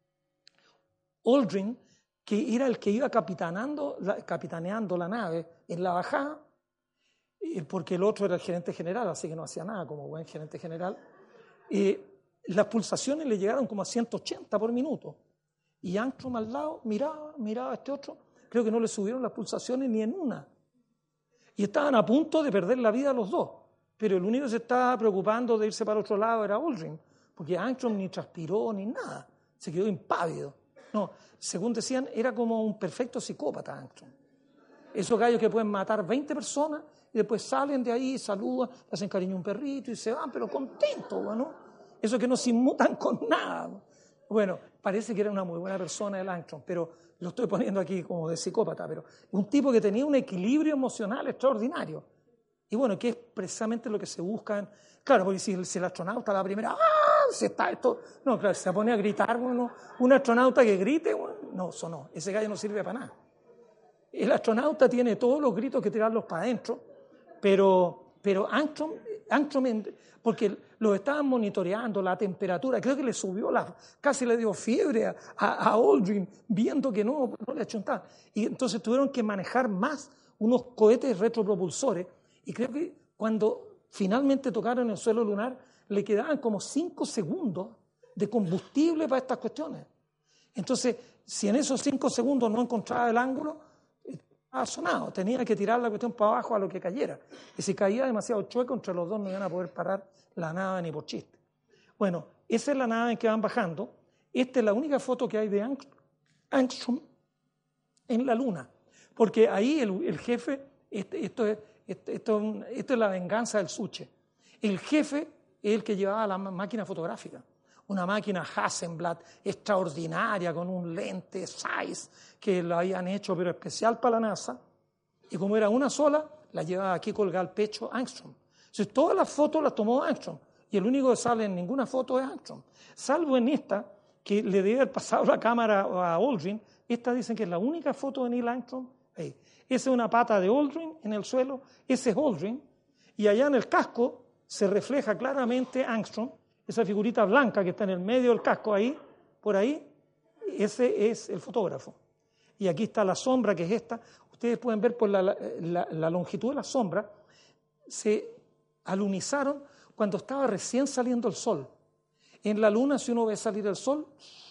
Aldrin, que era el que iba capitaneando la, capitaneando la nave en la bajada, porque el otro era el gerente general, así que no hacía nada como buen gerente general, eh, las pulsaciones le llegaron como a ciento ochenta por minuto, y Armstrong al lado miraba, miraba a este otro, creo que no le subieron las pulsaciones ni en una, y estaban a punto de perder la vida los dos, pero el único que se estaba preocupando de irse para el otro lado era Aldrin, porque Armstrong ni transpiró ni nada, se quedó impávido. No, según decían, era como un perfecto psicópata Armstrong. Esos gallos que pueden matar veinte personas y después salen de ahí, saludan, le hacen cariño a un perrito y se van, pero contentos, ¿no? Esos que no se inmutan con nada. Bueno, parece que era una muy buena persona el Armstrong, pero lo estoy poniendo aquí como de psicópata, pero un tipo que tenía un equilibrio emocional extraordinario. Y bueno, que es precisamente lo que se busca. En, claro, porque si, si el astronauta la primera, ¡ah! Se está esto. No, claro, se pone a gritar, bueno, un astronauta que grite, bueno, no, eso no, ese gallo no sirve para nada. El astronauta tiene todos los gritos que tirarlos para adentro, pero, pero Armstrong, Armstrong, porque lo estaban monitoreando, la temperatura, creo que le subió, la, casi le dio fiebre a, a, a Aldrin, viendo que no, no le achuntaba. Y entonces tuvieron que manejar más unos cohetes retropropulsores. Y creo que cuando finalmente tocaron el suelo lunar, le quedaban como cinco segundos de combustible para estas cuestiones. Entonces, si en esos cinco segundos no encontraba el ángulo, estaba sonado. Tenía que tirar la cuestión para abajo a lo que cayera. Y si caía demasiado chueco, entre los dos no iban a poder parar la nave ni por chiste. Bueno, esa es la nave en que van bajando. Esta es la única foto que hay de Armstrong en la Luna. Porque ahí el, el jefe, este, esto es... Esto, esto, esto es la venganza del Suche. El jefe es el que llevaba la máquina fotográfica, una máquina Hasselblad extraordinaria con un lente Zeiss que lo habían hecho pero especial para la NASA, y como era una sola, la llevaba aquí colgada al pecho Armstrong. Entonces todas las fotos las tomó Armstrong y el único que sale en ninguna foto es Armstrong, salvo en esta que le debe haber pasado la cámara a Aldrin. Esta dicen que es la única foto de Neil Armstrong ahí. Esa es una pata de Aldrin en el suelo, ese es Aldrin, y allá en el casco se refleja claramente Armstrong, esa figurita blanca que está en el medio del casco ahí, por ahí, ese es el fotógrafo. Y aquí está la sombra, que es esta. Ustedes pueden ver por la, la, la longitud de la sombra, se alunizaron cuando estaba recién saliendo el sol. En la luna, si uno ve salir el sol,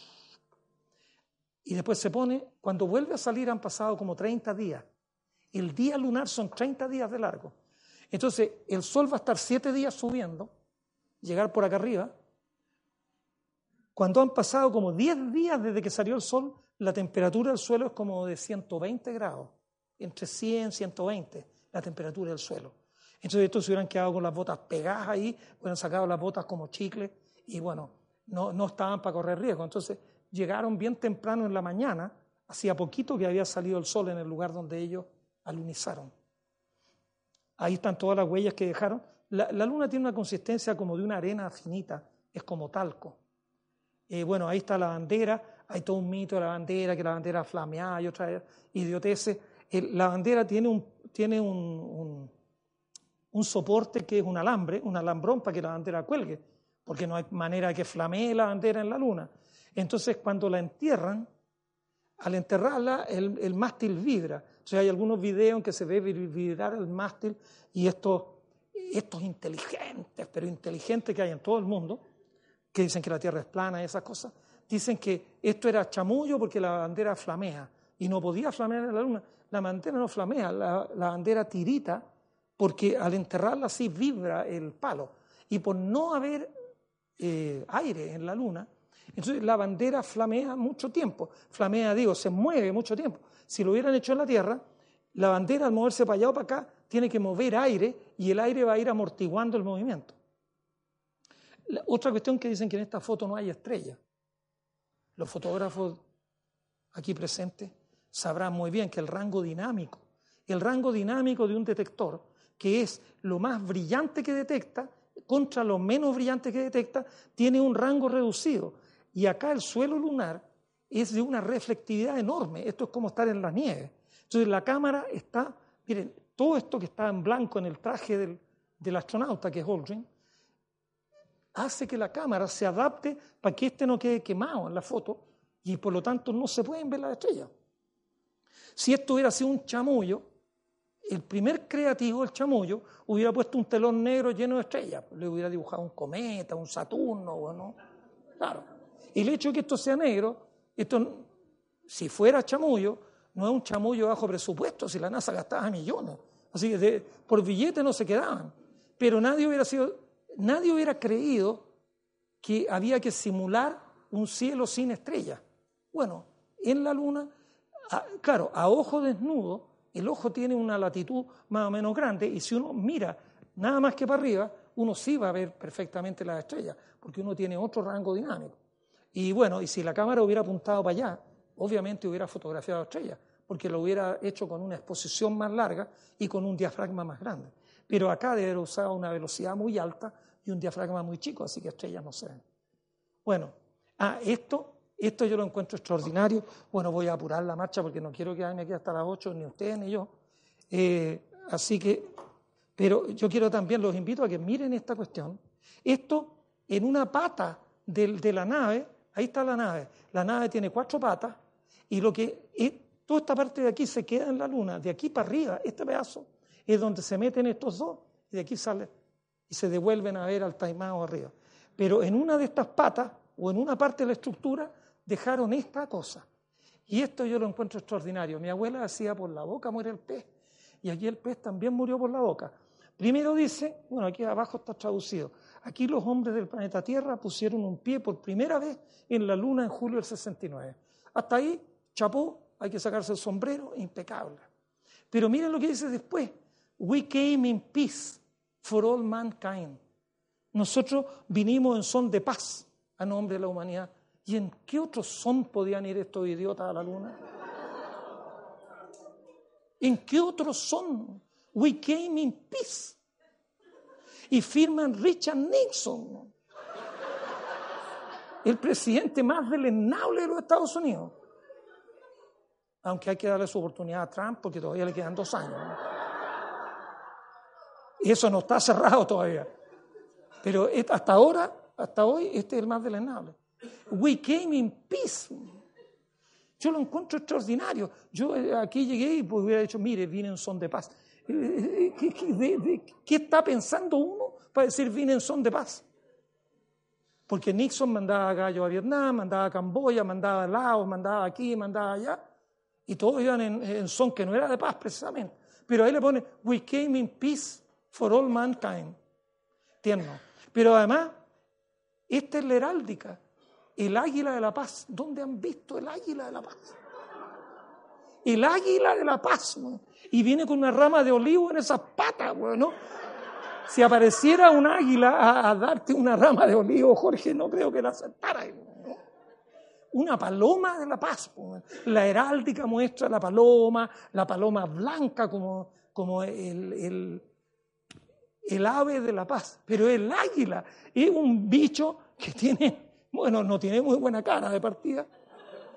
y después se pone, cuando vuelve a salir han pasado como treinta días. El día lunar son treinta días de largo. Entonces, el sol va a estar siete días subiendo, llegar por acá arriba. Cuando han pasado como diez días desde que salió el sol, la temperatura del suelo es como de ciento veinte grados. Entre cien y ciento veinte, la temperatura del suelo. Entonces, estos se hubieran quedado con las botas pegadas ahí, hubieran sacado las botas como chicle, y bueno, no, no estaban para correr riesgo. Entonces, llegaron bien temprano en la mañana, hacía poquito que había salido el sol en el lugar donde ellos alunizaron. Ahí están todas las huellas que dejaron. La, la luna tiene una consistencia como de una arena finita, es como talco. Eh, bueno, ahí está la bandera, hay todo un mito de la bandera, que la bandera flameaba y otras idioteces. El, la bandera tiene un, tiene un, un, un soporte que es un alambre, un alambrón para que la bandera cuelgue, porque no hay manera que flamee la bandera en la luna. Entonces, cuando la entierran, al enterrarla, el, el mástil vibra. O sea, hay algunos videos en que se ve vibrar el mástil y estos, estos inteligentes, pero inteligentes que hay en todo el mundo, que dicen que la Tierra es plana y esas cosas, dicen que esto era chamullo porque la bandera flamea y no podía flamear en la luna. La bandera no flamea, la, la bandera tirita porque al enterrarla así vibra el palo. Y por no haber eh, aire en la luna, entonces la bandera flamea mucho tiempo. Flamea, digo, se mueve mucho tiempo. Si lo hubieran hecho en la Tierra, la bandera al moverse para allá o para acá tiene que mover aire y el aire va a ir amortiguando el movimiento. La otra cuestión que dicen que en esta foto no hay estrellas. Los fotógrafos aquí presentes sabrán muy bien que el rango dinámico, el rango dinámico de un detector, que es lo más brillante que detecta, contra lo menos brillante que detecta, tiene un rango reducido. Y acá el suelo lunar es de una reflectividad enorme. Esto es como estar en la nieve. Entonces la cámara está, miren, todo esto que está en blanco en el traje del, del astronauta, que es Aldrin, hace que la cámara se adapte para que este no quede quemado en la foto y por lo tanto no se pueden ver las estrellas. Si esto hubiera sido un chamullo, el primer creativo, el chamullo, hubiera puesto un telón negro lleno de estrellas. Le hubiera dibujado un cometa, un Saturno, bueno, claro. El hecho de que esto sea negro, esto, si fuera chamullo, no es un chamullo bajo presupuesto, si la NASA gastaba millones. Así que de, por billete no se quedaban. Pero nadie hubiera sido, nadie hubiera creído que había que simular un cielo sin estrellas. Bueno, en la Luna, a, claro, a ojo desnudo, el ojo tiene una latitud más o menos grande y si uno mira nada más que para arriba, uno sí va a ver perfectamente las estrellas, porque uno tiene otro rango dinámico. Y bueno, y si la cámara hubiera apuntado para allá, obviamente hubiera fotografiado estrellas, porque lo hubiera hecho con una exposición más larga y con un diafragma más grande. Pero acá debe haber usado una velocidad muy alta y un diafragma muy chico, así que estrellas no se ven. Bueno, ah, esto, esto yo lo encuentro extraordinario. Bueno, voy a apurar la marcha porque no quiero quedarme aquí hasta las ocho, ni ustedes ni yo. Eh, así que, pero yo quiero también, los invito a que miren esta cuestión. Esto en una pata de, de la nave, ahí está la nave. La nave tiene cuatro patas y lo que es, toda esta parte de aquí se queda en la Luna. De aquí para arriba, este pedazo, es donde se meten estos dos y de aquí sale y se devuelven a ver al taimado arriba. Pero en una de estas patas o en una parte de la estructura dejaron esta cosa. Y esto yo lo encuentro extraordinario. Mi abuela decía, por la boca muere el pez. Y aquí el pez también murió por la boca. Primero dice, bueno, aquí abajo está traducido, aquí los hombres del planeta Tierra pusieron un pie por primera vez en la Luna en julio del sesenta y nueve. Hasta ahí, chapó, hay que sacarse el sombrero, impecable. Pero miren lo que dice después. We came in peace for all mankind. Nosotros vinimos en son de paz a nombre de la humanidad. ¿Y en qué otro son podían ir estos idiotas a la Luna? ¿En qué otro son? We came in peace. Y firman Richard Nixon, el presidente más deleznable de los Estados Unidos. Aunque hay que darle su oportunidad a Trump porque todavía le quedan dos años, ¿no? Y eso no está cerrado todavía. Pero hasta ahora, hasta hoy, este es el más deleznable. We came in peace. Yo lo encuentro extraordinario. Yo aquí llegué y pues hubiera dicho, mire, vine en son de paz. ¿Qué, qué, de, de, ¿Qué está pensando uno para decir vine en son de paz? Porque Nixon mandaba gallo a Vietnam, mandaba a Camboya, mandaba a Laos, mandaba aquí, mandaba allá. Y todos iban en, en son que no era de paz precisamente. Pero ahí le pone, we came in peace for all mankind. Tierno. Pero además, esta es la heráldica. El águila de la paz. ¿Dónde han visto el águila de la paz? El águila de la paz, ¿no? Y viene con una rama de olivo en esas patas, ¿no? Si apareciera un águila a, a darte una rama de olivo, Jorge, no creo que la aceptara, ¿no? Una paloma de la paz, ¿no? La heráldica muestra la paloma, la paloma blanca como, como el, el, el ave de la paz. Pero el águila es un bicho que tiene, bueno, no tiene muy buena cara de partida,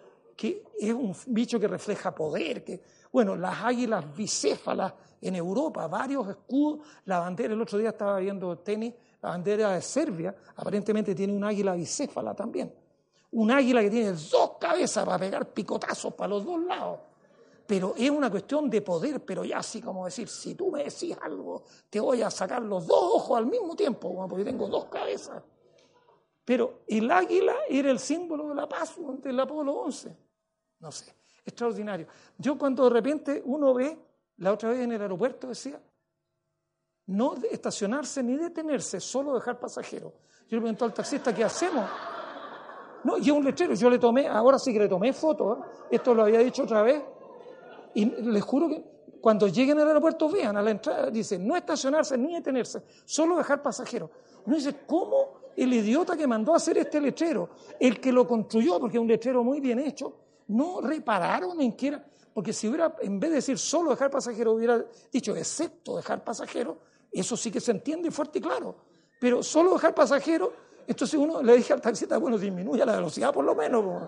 que es un bicho que refleja poder. Que, bueno, las águilas bicéfalas en Europa, varios escudos, la bandera, el otro día estaba viendo tenis, la bandera de Serbia, aparentemente tiene un águila bicéfala también. Un águila que tiene dos cabezas para pegar picotazos para los dos lados. Pero es una cuestión de poder, pero ya así como decir, si tú me decís algo, te voy a sacar los dos ojos al mismo tiempo, porque tengo dos cabezas. Pero el águila era el símbolo de la paz del Apolo once. No sé, extraordinario. Yo cuando de repente uno ve, la otra vez en el aeropuerto decía, no estacionarse ni detenerse, solo dejar pasajeros. Yo le pregunté al taxista, ¿qué hacemos? No, y es un letrero, yo le tomé, ahora sí que le tomé fotos, ¿eh? Esto lo había dicho otra vez, y les juro que cuando lleguen al aeropuerto vean a la entrada, dice, no estacionarse ni detenerse, solo dejar pasajeros. Uno dice, ¿cómo el idiota que mandó a hacer este letrero, el que lo construyó, porque es un letrero muy bien hecho, no repararon en que era? Porque si hubiera, en vez de decir solo dejar pasajeros, hubiera dicho excepto dejar pasajeros, eso sí que se entiende fuerte y claro. Pero solo dejar pasajeros, entonces uno le dije al taxista, bueno, disminuya la velocidad por lo menos.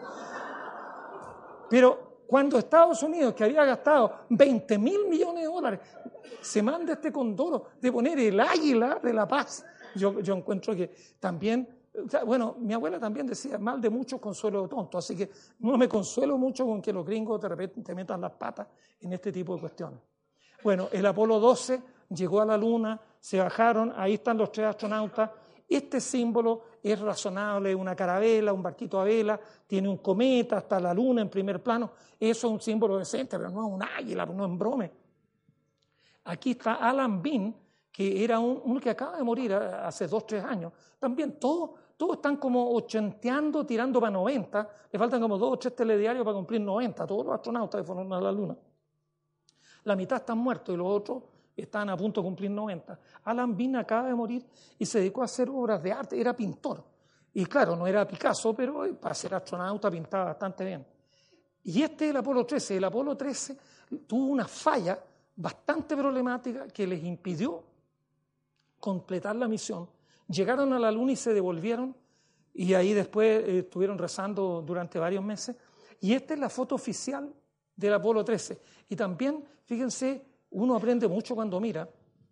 Pero cuando Estados Unidos, que había gastado veinte mil millones de dólares, se manda este condoro de poner el águila de la paz, yo, yo encuentro que también, o sea, bueno, mi abuela también decía, mal de muchos consuelo de tonto, así que no me consuelo mucho con que los gringos de repente te metan las patas en este tipo de cuestiones. Bueno, el Apolo doce llegó a la Luna, se bajaron, ahí están los tres astronautas. Este símbolo es razonable, una carabela, un barquito a vela, tiene un cometa, hasta la Luna en primer plano. Eso es un símbolo decente, pero no es un águila, no es un brome. Aquí está Alan Bean, que era un, uno que acaba de morir hace dos, tres años. También todos, todos están como ochenteando, tirando para noventa. Le faltan como dos o tres telediarios para cumplir noventa, todos los astronautas que fueron a la Luna. La mitad están muertos y los otros están a punto de cumplir noventa. Alan Bean acaba de morir y se dedicó a hacer obras de arte, era pintor. Y claro, no era Picasso, pero para ser astronauta pintaba bastante bien. Y este es el Apolo trece. El Apolo trece tuvo una falla bastante problemática que les impidió completar la misión. Llegaron a la Luna y se devolvieron, y ahí después eh, estuvieron rezando durante varios meses. Y esta es la foto oficial del Apolo trece. Y también, fíjense, uno aprende mucho cuando mira,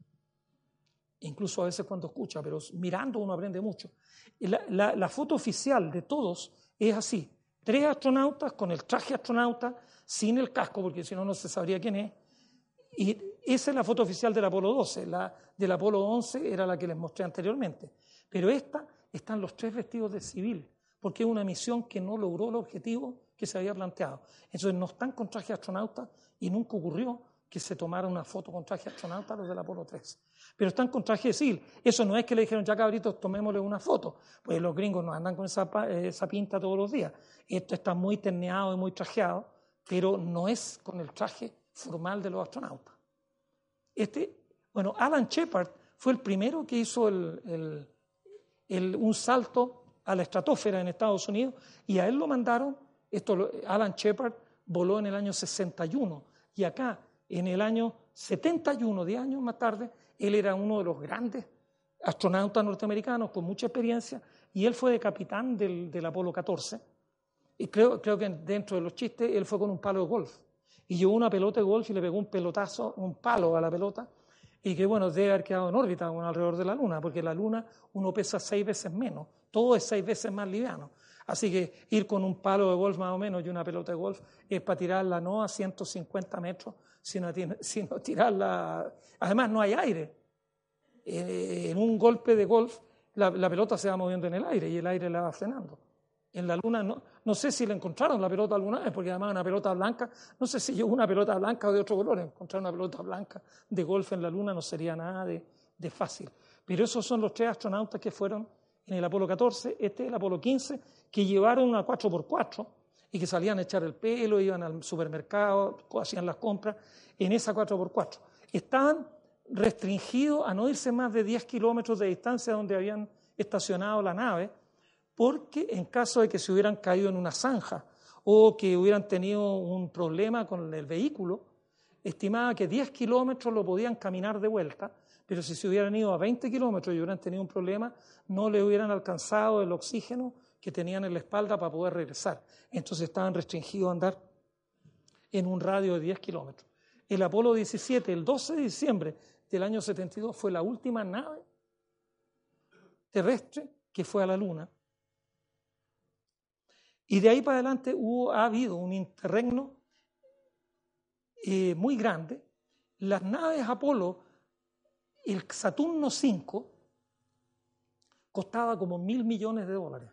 incluso a veces cuando escucha, pero mirando uno aprende mucho. La, la, la foto oficial de todos es así. Tres astronautas con el traje astronauta, sin el casco, porque si no, no se sabría quién es. Y esa es la foto oficial del Apolo doce. La del Apolo once era la que les mostré anteriormente. Pero esta, están los tres vestidos de civil, porque es una misión que no logró el objetivo que se había planteado. Entonces no están con traje astronauta y nunca ocurrió que se tomara una foto con traje astronauta los del Apolo trece. Pero están con traje de civil. Eso no es que le dijeron, ya cabritos, tomémosle una foto. Pues los gringos no andan con esa, esa pinta todos los días. Esto está muy terneado y muy trajeado, pero no es con el traje formal de los astronautas. Este, bueno, Alan Shepard fue el primero que hizo el, el, el, un salto a la estratosfera en Estados Unidos, y a él lo mandaron. Esto, Alan Shepard voló en el año sesenta y uno, y acá, en el año setenta y uno, diez años más tarde, él era uno de los grandes astronautas norteamericanos con mucha experiencia, y él fue de capitán del, del Apolo catorce. Y creo, creo que dentro de los chistes, él fue con un palo de golf. Y llevó una pelota de golf y le pegó un pelotazo, un palo a la pelota, y que, bueno, debe haber quedado en órbita, bueno, alrededor de la Luna, porque la Luna uno pesa seis veces menos, todo es seis veces más liviano. Así que ir con un palo de golf más o menos y una pelota de golf es para tirarla no a ciento cincuenta metros, sino, sino tirarla... Además no hay aire. Eh, en un golpe de golf la, la pelota se va moviendo en el aire y el aire la va frenando. En la Luna no, no sé si le encontraron la pelota alguna vez, porque además una pelota blanca, no sé si llevó una pelota blanca o de otro color, encontrar una pelota blanca de golf en la Luna no sería nada de, de fácil. Pero esos son los tres astronautas que fueron en el Apolo catorce, este es el Apolo quince, que llevaron una cuatro por cuatro y que salían a echar el pelo, iban al supermercado, hacían las compras en esa cuatro por cuatro. Estaban restringidos a no irse más de diez kilómetros de distancia donde habían estacionado la nave, porque en caso de que se hubieran caído en una zanja o que hubieran tenido un problema con el vehículo, estimaba que diez kilómetros lo podían caminar de vuelta, pero si se hubieran ido a veinte kilómetros y hubieran tenido un problema, no le hubieran alcanzado el oxígeno que tenían en la espalda para poder regresar. Entonces estaban restringidos a andar en un radio de diez kilómetros. El Apolo diecisiete, el doce de diciembre del año setenta y dos, fue la última nave terrestre que fue a la Luna. Y de ahí para adelante hubo, ha habido un interregno eh, muy grande. Las naves Apolo, el Saturno cinco, costaba como mil millones de dólares.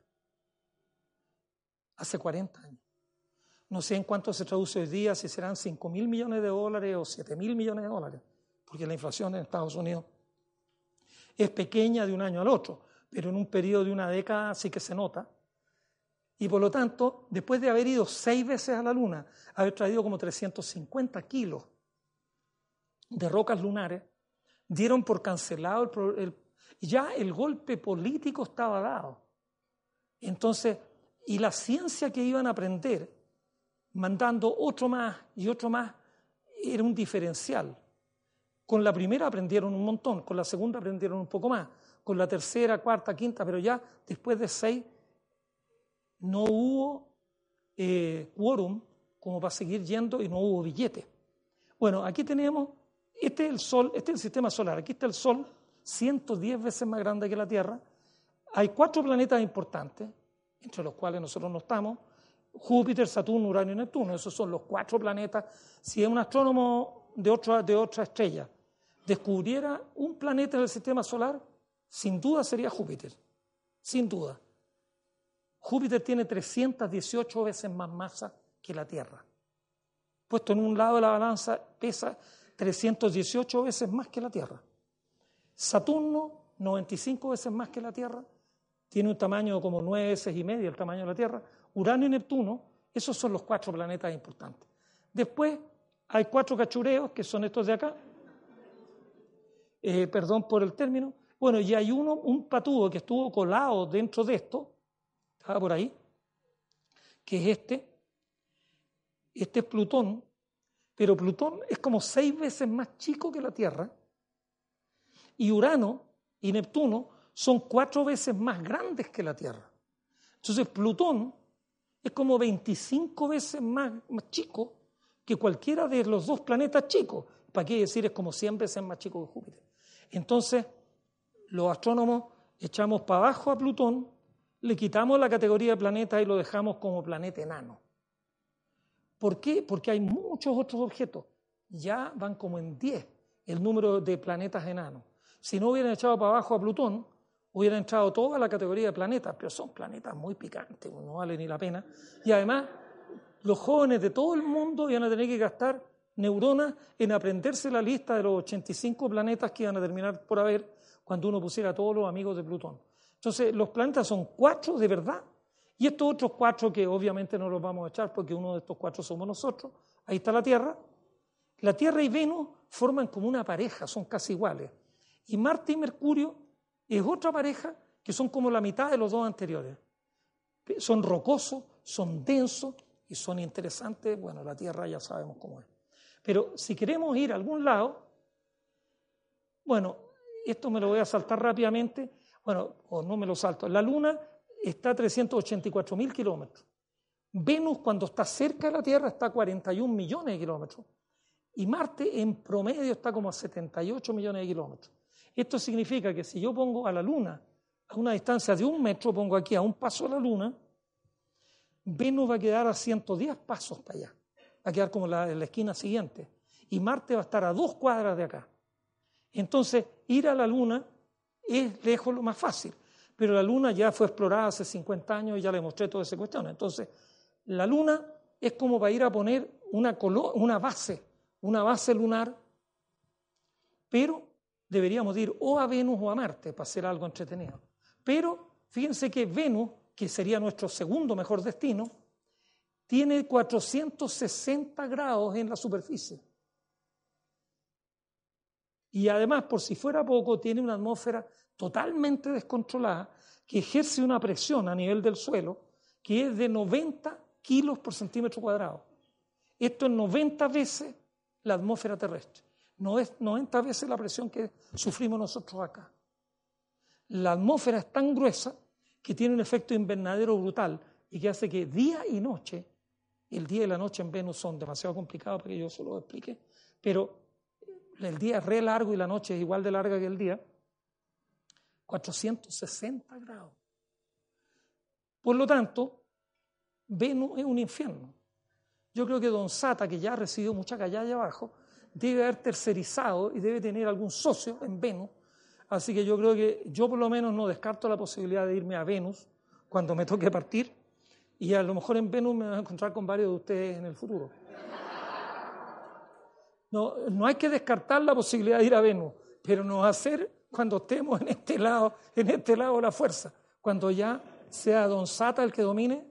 Hace cuarenta años. No sé en cuánto se traduce hoy día, si serán cinco mil millones de dólares o siete mil millones de dólares, porque la inflación en Estados Unidos es pequeña de un año al otro, pero en un periodo de una década sí que se nota. Y por lo tanto, después de haber ido seis veces a la Luna, haber traído como trescientos cincuenta kilos de rocas lunares, dieron por cancelado el, el ya el golpe político estaba dado. Entonces, y la ciencia que iban a aprender, mandando otro más y otro más, era un diferencial. Con la primera aprendieron un montón, con la segunda aprendieron un poco más, con la tercera, cuarta, quinta, pero ya después de seis no hubo eh, quórum como para seguir yendo y no hubo billete. Bueno, aquí tenemos, este es el Sol, este es el sistema solar, aquí está el Sol, ciento diez veces más grande que la Tierra. Hay cuatro planetas importantes, entre los cuales nosotros no estamos: Júpiter, Saturno, Urano y Neptuno. Esos son los cuatro planetas. Si un astrónomo de otra, de otra estrella descubriera un planeta en el sistema solar, sin duda sería Júpiter, sin duda. Júpiter tiene trescientas dieciocho veces más masa que la Tierra. Puesto en un lado de la balanza, pesa trescientas dieciocho veces más que la Tierra. Saturno, noventa y cinco veces más que la Tierra, tiene un tamaño como nueve veces y media el tamaño de la Tierra. Urano y Neptuno, esos son los cuatro planetas importantes. Después hay cuatro cachureos, que son estos de acá, eh, perdón por el término. Bueno, y hay uno, un patúo que estuvo colado dentro de esto, estaba por ahí, que es este. Este es Plutón, pero Plutón es como seis veces más chico que la Tierra, y Urano y Neptuno son cuatro veces más grandes que la Tierra. Entonces Plutón es como veinticinco veces más, más chico que cualquiera de los dos planetas chicos. ¿Para qué decir? Es como cien veces más chico que Júpiter. Entonces, los astrónomos echamos para abajo a Plutón, le quitamos la categoría de planeta y lo dejamos como planeta enano. ¿Por qué? Porque hay muchos otros objetos. Ya van como en diez el número de planetas enanos. Si no hubieran echado para abajo a Plutón, hubieran entrado toda la categoría de planetas, pero son planetas muy picantes, no vale ni la pena. Y además, los jóvenes de todo el mundo iban a tener que gastar neuronas en aprenderse la lista de los ochenta y cinco planetas que iban a terminar por haber cuando uno pusiera a todos los amigos de Plutón. Entonces, los planetas son cuatro de verdad, y estos otros cuatro que obviamente no los vamos a echar porque uno de estos cuatro somos nosotros. Ahí está la Tierra. La Tierra y Venus forman como una pareja, son casi iguales. Y Marte y Mercurio es otra pareja que son como la mitad de los dos anteriores. Son rocosos, son densos y son interesantes. Bueno, la Tierra ya sabemos cómo es. Pero si queremos ir a algún lado, bueno, esto me lo voy a saltar rápidamente, bueno, o no me lo salto. La Luna está a trescientos ochenta y cuatro mil kilómetros. Venus, cuando está cerca de la Tierra, está a cuarenta y un millones de kilómetros. Y Marte, en promedio, está como a setenta y ocho millones de kilómetros. Esto significa que si yo pongo a la Luna a una distancia de un metro, pongo aquí a un paso a la Luna, Venus va a quedar a ciento diez pasos para allá. Va a quedar como la, en la esquina siguiente. Y Marte va a estar a dos cuadras de acá. Entonces, ir a la Luna es lejos lo más fácil. Pero la Luna ya fue explorada hace cincuenta años y ya le mostré toda esa cuestión. Entonces, la Luna es como para ir a poner una, colo- una base, una base lunar, pero deberíamos ir o a Venus o a Marte para hacer algo entretenido. Pero fíjense que Venus, que sería nuestro segundo mejor destino, tiene cuatrocientos sesenta grados en la superficie. Y además, por si fuera poco, tiene una atmósfera totalmente descontrolada que ejerce una presión a nivel del suelo que es de noventa kilos por centímetro cuadrado. Esto es noventa veces la atmósfera terrestre. No es noventa veces la presión que sufrimos nosotros acá. La atmósfera es tan gruesa que tiene un efecto invernadero brutal y que hace que día y noche, el día y la noche en Venus son demasiado complicados para que yo se lo explique, pero el día es re largo y la noche es igual de larga que el día, cuatrocientos sesenta grados. Por lo tanto, Venus es un infierno. Yo creo que Don Sata, que ya ha recibido mucha callada allá abajo, debe haber tercerizado y debe tener algún socio en Venus. Así que yo creo que yo por lo menos no descarto la posibilidad de irme a Venus cuando me toque partir, y a lo mejor en Venus me voy a encontrar con varios de ustedes en el futuro. No, no hay que descartar la posibilidad de ir a Venus, pero no va a ser cuando estemos en este lado, en este lado de la fuerza, cuando ya sea Don Sata el que domine,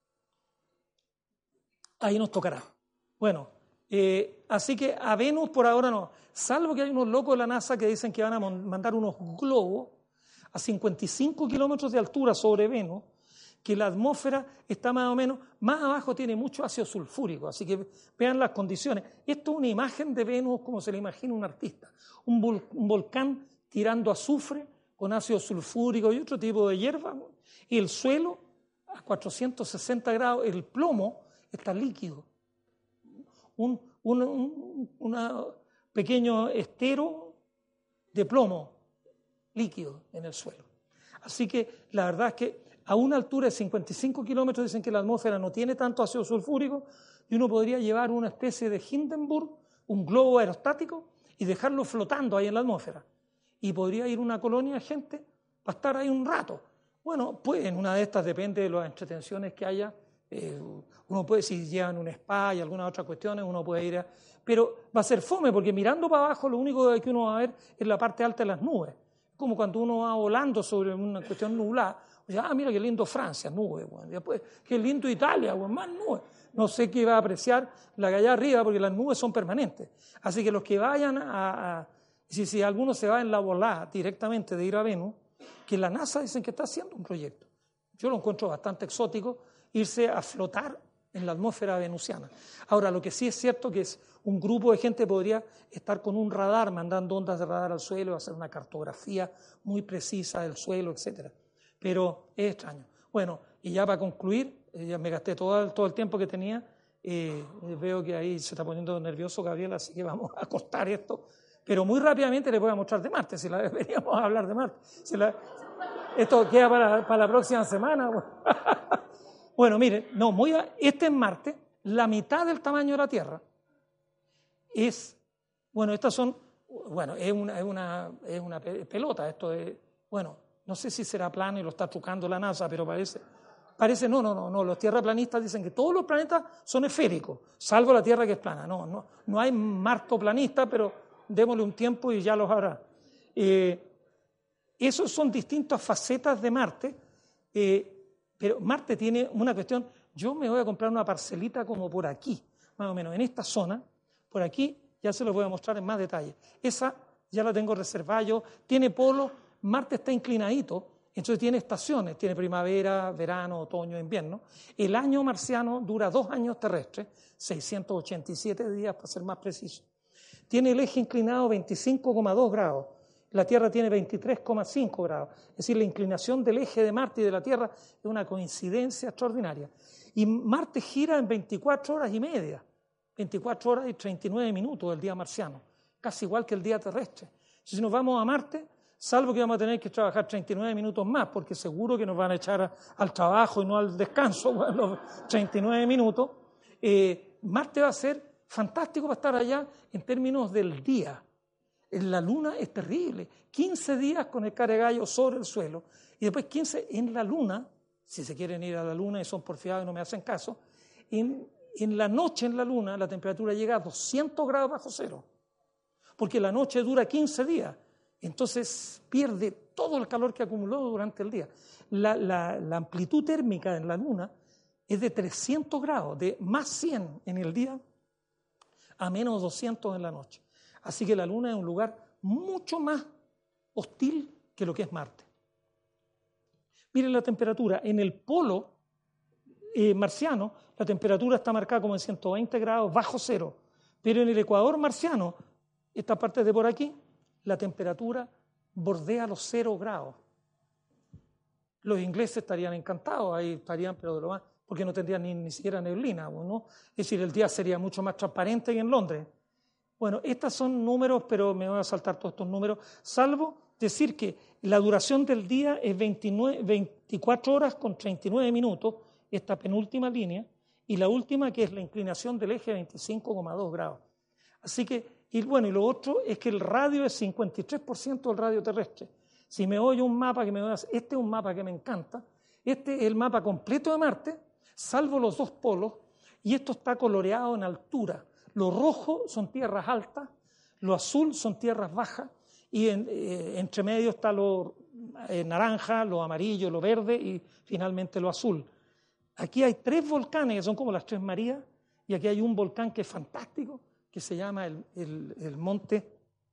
ahí nos tocará. Bueno, eh, así que a Venus por ahora no, salvo que hay unos locos de la NASA que dicen que van a mandar unos globos a cincuenta y cinco kilómetros de altura sobre Venus, que la atmósfera está más o menos, más abajo tiene mucho ácido sulfúrico, así que vean las condiciones. Esto es una imagen de Venus como se le imagina un artista, un, vol, un volcán tirando azufre con ácido sulfúrico y otro tipo de hierba, y el suelo a cuatrocientos sesenta grados, el plomo está líquido, un, un, un una pequeño estero de plomo líquido en el suelo. Así que la verdad es que a una altura de cincuenta y cinco kilómetros dicen que la atmósfera no tiene tanto ácido sulfúrico y uno podría llevar una especie de Hindenburg, un globo aerostático, y dejarlo flotando ahí en la atmósfera. Y podría ir una colonia de gente para estar ahí un rato. Bueno, pues en una de estas depende de las entretenciones que haya. Eh, uno puede, si llevan un spa y algunas otras cuestiones, uno puede ir a... Pero va a ser fome, porque mirando para abajo lo único que uno va a ver es la parte alta de las nubes. Como cuando uno va volando sobre una cuestión nublada. O sea, ah, mira qué lindo Francia, nubes. Bueno. Después, qué lindo Italia, bueno, más nubes. No sé qué va a apreciar la que allá arriba, porque las nubes son permanentes. Así que los que vayan a... a si, si alguno se va en la volada directamente de ir a Venus, que la NASA dicen que está haciendo un proyecto. Yo lo encuentro bastante exótico, irse a flotar en la atmósfera venusiana. Ahora, lo que sí es cierto que es un grupo de gente podría estar con un radar, mandando ondas de radar al suelo, hacer una cartografía muy precisa del suelo, etcétera. Pero es extraño. Bueno, y ya para concluir, eh, ya me gasté todo el, todo el tiempo que tenía, eh, veo que ahí se está poniendo nervioso Gabriel, así que vamos a cortar esto, pero muy rápidamente les voy a mostrar de Marte, si la deberíamos hablar de Marte. Si la, esto queda para, para la próxima semana. Bueno, miren, no, muy a, este es Marte, la mitad del tamaño de la Tierra. Es, bueno, estas son, bueno, es una, es una, es una pelota, esto es, bueno, no sé si será plano y lo está trucando la NASA, pero parece, parece, no, no, no, no, los tierraplanistas dicen que todos los planetas son esféricos, salvo la Tierra que es plana. No, no, no hay martoplanistas, pero démosle un tiempo y ya los habrá. Eh, esos son distintas facetas de Marte, eh, pero Marte tiene una cuestión, yo me voy a comprar una parcelita como por aquí, más o menos, en esta zona, por aquí, ya se los voy a mostrar en más detalle. Esa ya la tengo reservada yo, tiene polos, Marte está inclinadito, entonces tiene estaciones, tiene primavera, verano, otoño, invierno. El año marciano dura dos años terrestres, seiscientos ochenta y siete días para ser más preciso. Tiene el eje inclinado veinticinco coma dos grados, la Tierra tiene veintitrés coma cinco grados, es decir, la inclinación del eje de Marte y de la Tierra es una coincidencia extraordinaria. Y Marte gira en veinticuatro horas y media, veinticuatro horas y treinta y nueve minutos del día marciano, casi igual que el día terrestre. Si nos vamos a Marte, salvo que vamos a tener que trabajar treinta y nueve minutos más, porque seguro que nos van a echar a, al trabajo y no al descanso, bueno, los treinta y nueve minutos, eh, Marte va a ser fantástico para estar allá en términos del día. En la Luna es terrible, quince días con el caregallo sobre el suelo, y después quince en la Luna, si se quieren ir a la Luna y son porfiados y no me hacen caso, en, en la noche en la Luna la temperatura llega a doscientos grados bajo cero, porque la noche dura quince días, entonces pierde todo el calor que acumuló durante el día. La, la, la amplitud térmica en la Luna es de trescientos grados, de más cien en el día a menos doscientos en la noche. Así que la Luna es un lugar mucho más hostil que lo que es Marte. Miren la temperatura. En el polo eh, marciano, la temperatura está marcada como en ciento veinte grados bajo cero. Pero en el ecuador marciano, esta parte de por aquí, la temperatura bordea los cero grados. los ingleses estarían encantados, ahí estarían, pero de lo más, porque no tendrían ni, ni siquiera neblina, ¿no? Es decir, el día sería mucho más transparente que en Londres. Bueno, estos son números, pero me voy a saltar todos estos números, salvo decir que la duración del día es veintinueve, veinticuatro horas con treinta y nueve minutos, esta penúltima línea, y la última que es la inclinación del eje veinticinco coma dos grados. Así que, y bueno, y lo otro es que el radio es cincuenta y tres por ciento del radio terrestre. Si me oye un mapa que me voy a hacer, este es un mapa que me encanta, este es el mapa completo de Marte, salvo los dos polos, y esto está coloreado en altura. Lo rojo son tierras altas, lo azul son tierras bajas, y en, eh, entre medio está lo eh, naranja, lo amarillo, lo verde y finalmente lo azul. Aquí hay tres volcanes que son como las Tres Marías, y aquí hay un volcán que es fantástico, que se llama el, el, el monte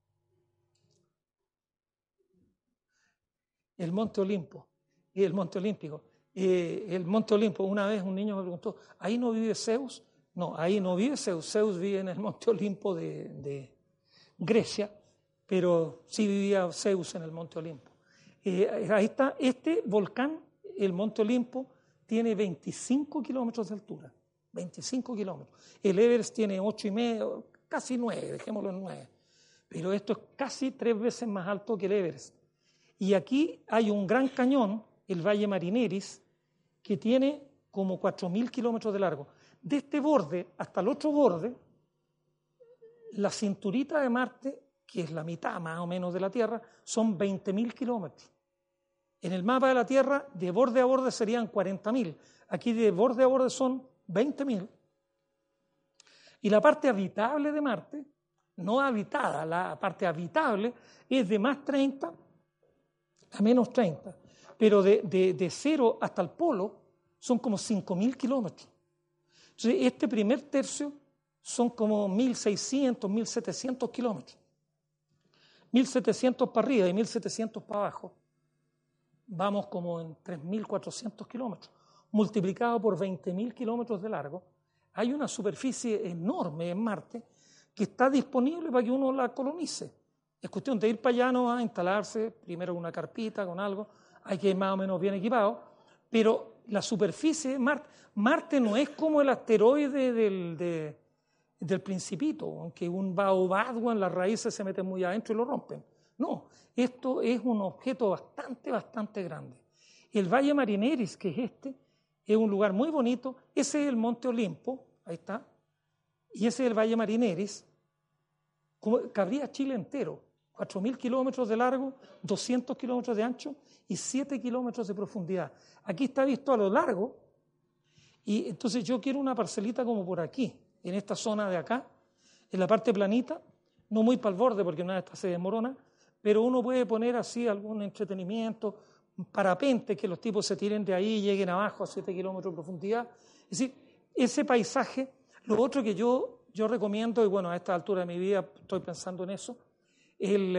el Monte Olimpo, y el Monte Olímpico. Eh, el Monte Olimpo, una vez un niño me preguntó, ¿ahí no vive Zeus? No, ahí no vive Zeus, Zeus vive en el Monte Olimpo de, de Grecia, pero sí vivía Zeus en el Monte Olimpo. Eh, ahí está, este volcán, el Monte Olimpo, tiene veinticinco kilómetros de altura, veinticinco kilómetros. El Everest tiene ocho y medio, casi nueve, dejémoslo en nueve, pero esto es casi tres veces más alto que el Everest. Y aquí hay un gran cañón, el Valle Marineris, que tiene como cuatro mil kilómetros de largo. De este borde hasta el otro borde, la cinturita de Marte, que es la mitad más o menos de la Tierra, son veinte mil kilómetros. En el mapa de la Tierra, de borde a borde serían cuarenta mil. Aquí de borde a borde son veinte mil. Y la parte habitable de Marte, no habitada, la parte habitable es de más treinta a menos treinta. Pero de, de, de cero hasta el polo son como cinco mil kilómetros. Entonces, este primer tercio son como mil seiscientos, mil setecientos kilómetros. mil setecientos para arriba y mil setecientos para abajo. Vamos como en tres mil cuatrocientos kilómetros. Multiplicado por veinte mil kilómetros de largo, hay una superficie enorme en Marte que está disponible para que uno la colonice. Es cuestión de ir para allá, no a instalarse, primero una carpita con algo, hay que ir más o menos bien equipado, pero la superficie de Marte, Marte no es como el asteroide del, de, del Principito, aunque un baobab en las raíces se meten muy adentro y lo rompen. No, esto es un objeto bastante, bastante grande. El Valle Marineris, que es este, es un lugar muy bonito, ese es el Monte Olimpo, ahí está, y ese es el Valle Marineris, como cabría Chile entero, cuatro mil kilómetros de largo, doscientos kilómetros de ancho y siete kilómetros de profundidad. Aquí está visto a lo largo, y entonces yo quiero una parcelita como por aquí, en esta zona de acá, en la parte planita, no muy para el borde porque una de estas se desmorona, pero uno puede poner así algún entretenimiento, parapente, que los tipos se tiren de ahí y lleguen abajo a siete kilómetros de profundidad. Es decir, ese paisaje, lo otro que yo, yo recomiendo, y bueno, a esta altura de mi vida estoy pensando en eso, el,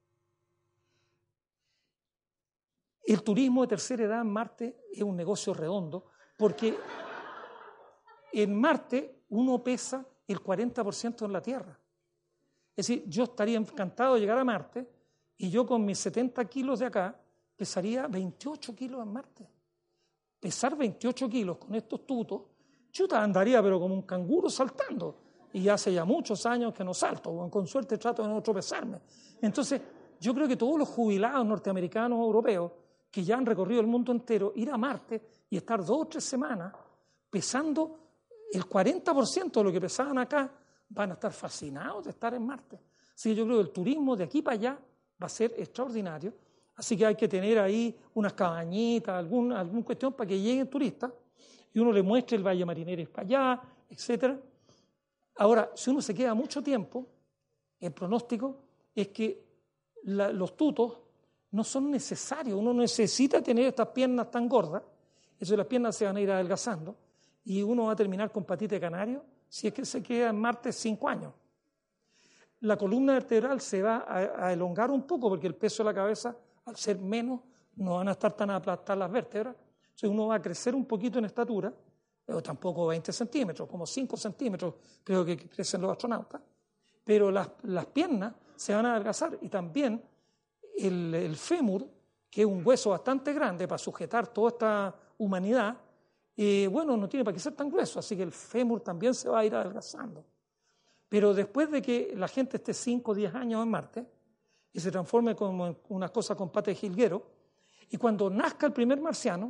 el turismo de tercera edad en Marte es un negocio redondo, porque en Marte uno pesa el cuarenta por ciento en la Tierra. Es decir, yo estaría encantado de llegar a Marte y yo con mis setenta kilos de acá pesaría veintiocho kilos en Marte. Pesar veintiocho kilos con estos tutos, chuta, andaría pero como un canguro saltando. Y hace ya muchos años que no salto, con suerte trato de no tropezarme. Entonces, yo creo que todos los jubilados norteamericanos o europeos que ya han recorrido el mundo entero, ir a Marte y estar dos o tres semanas pesando el cuarenta por ciento de lo que pesaban acá, van a estar fascinados de estar en Marte. Así que yo creo que el turismo de aquí para allá va a ser extraordinario. Así que hay que tener ahí unas cabañitas, alguna, alguna cuestión para que lleguen turistas y uno le muestre el Valle Marineris para allá, etcétera. Ahora, si uno se queda mucho tiempo, el pronóstico es que la, los tutos no son necesarios. Uno necesita tener estas piernas tan gordas, eso las piernas se van a ir adelgazando y uno va a terminar con patita de canario si es que se queda en Marte cinco años. La columna vertebral se va a, a elongar un poco porque el peso de la cabeza, al ser menos, no van a estar tan aplastadas las vértebras. Entonces uno va a crecer un poquito en estatura, pero tampoco veinte centímetros, como cinco centímetros creo que crecen los astronautas. Pero las, las piernas se van a adelgazar y también el, el fémur, que es un hueso bastante grande para sujetar toda esta humanidad, eh, bueno, no tiene para qué ser tan grueso, así que el fémur también se va a ir adelgazando. Pero después de que la gente esté cinco o diez años en Marte y se transforme como en una cosa con pata de jilguero, y cuando nazca el primer marciano,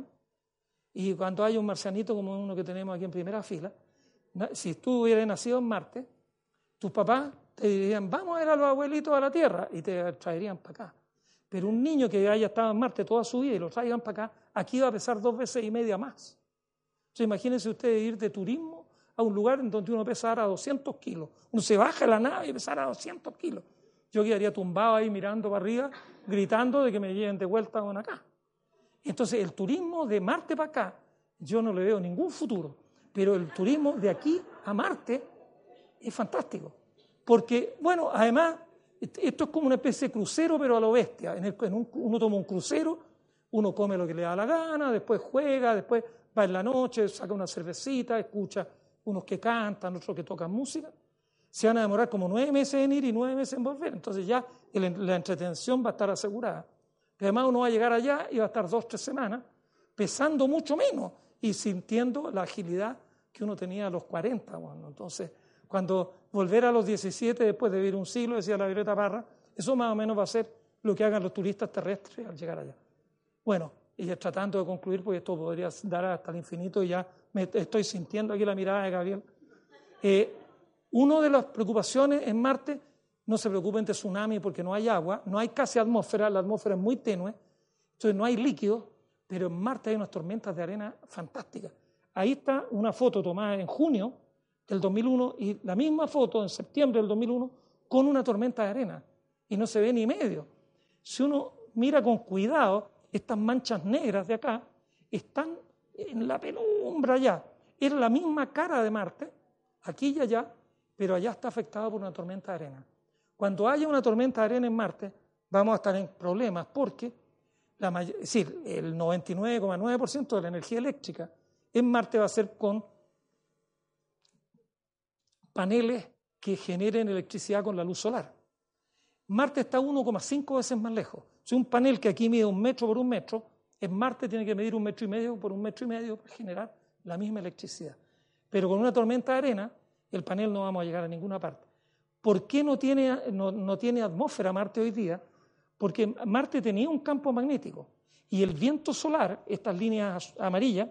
y cuando haya un marcianito como uno que tenemos aquí en primera fila, si tú hubieras nacido en Marte, tus papás te dirían, vamos a ver a los abuelitos a la Tierra, y te traerían para acá. Pero un niño que haya estado en Marte toda su vida y lo traigan para acá, aquí va a pesar dos veces y media más. Entonces imagínense ustedes ir de turismo a un lugar en donde uno pesara doscientos kilos. Uno se baja de la nave y pesara doscientos kilos. Yo quedaría tumbado ahí mirando para arriba, gritando de que me lleven de vuelta con acá. Entonces el turismo de Marte para acá, yo no le veo ningún futuro. Pero el turismo de aquí a Marte es fantástico. Porque, bueno, además, esto es como una especie de crucero, pero a lo bestia. En el, en un, uno toma un crucero, uno come lo que le da la gana, después juega, después va en la noche, saca una cervecita, escucha unos que cantan, otros que tocan música. Se van a demorar como nueve meses en ir y nueve meses en volver. Entonces ya el, la entretención va a estar asegurada. Pero además uno va a llegar allá y va a estar dos, tres semanas pesando mucho menos y sintiendo la agilidad que uno tenía a los cuarenta. Bueno, entonces, cuando volver a los diecisiete, después de vivir un siglo, decía la Violeta Parra, eso más o menos va a ser lo que hagan los turistas terrestres al llegar allá. Bueno, y ya tratando de concluir, porque esto podría dar hasta el infinito y ya me estoy sintiendo aquí la mirada de Gabriel. Eh, una de las preocupaciones en Marte, no se preocupen de tsunami porque no hay agua, no hay casi atmósfera, la atmósfera es muy tenue, entonces no hay líquido, pero en Marte hay unas tormentas de arena fantásticas. Ahí está una foto tomada en junio del dos mil uno y la misma foto en septiembre del dos mil uno con una tormenta de arena y no se ve ni medio. Si uno mira con cuidado, estas manchas negras de acá están en la penumbra allá. Es la misma cara de Marte, aquí y allá, pero allá está afectado por una tormenta de arena. Cuando haya una tormenta de arena en Marte, vamos a estar en problemas porque la may- es decir, el noventa y nueve coma nueve por ciento de la energía eléctrica en Marte va a ser con paneles que generen electricidad con la luz solar. Marte está uno coma cinco veces más lejos. Si un panel que aquí mide un metro por un metro, en Marte tiene que medir un metro y medio por un metro y medio para generar la misma electricidad. Pero con una tormenta de arena, el panel no vamos a llegar a ninguna parte. ¿Por qué no tiene, no, no tiene atmósfera Marte hoy día? Porque Marte tenía un campo magnético y el viento solar, estas líneas amarillas,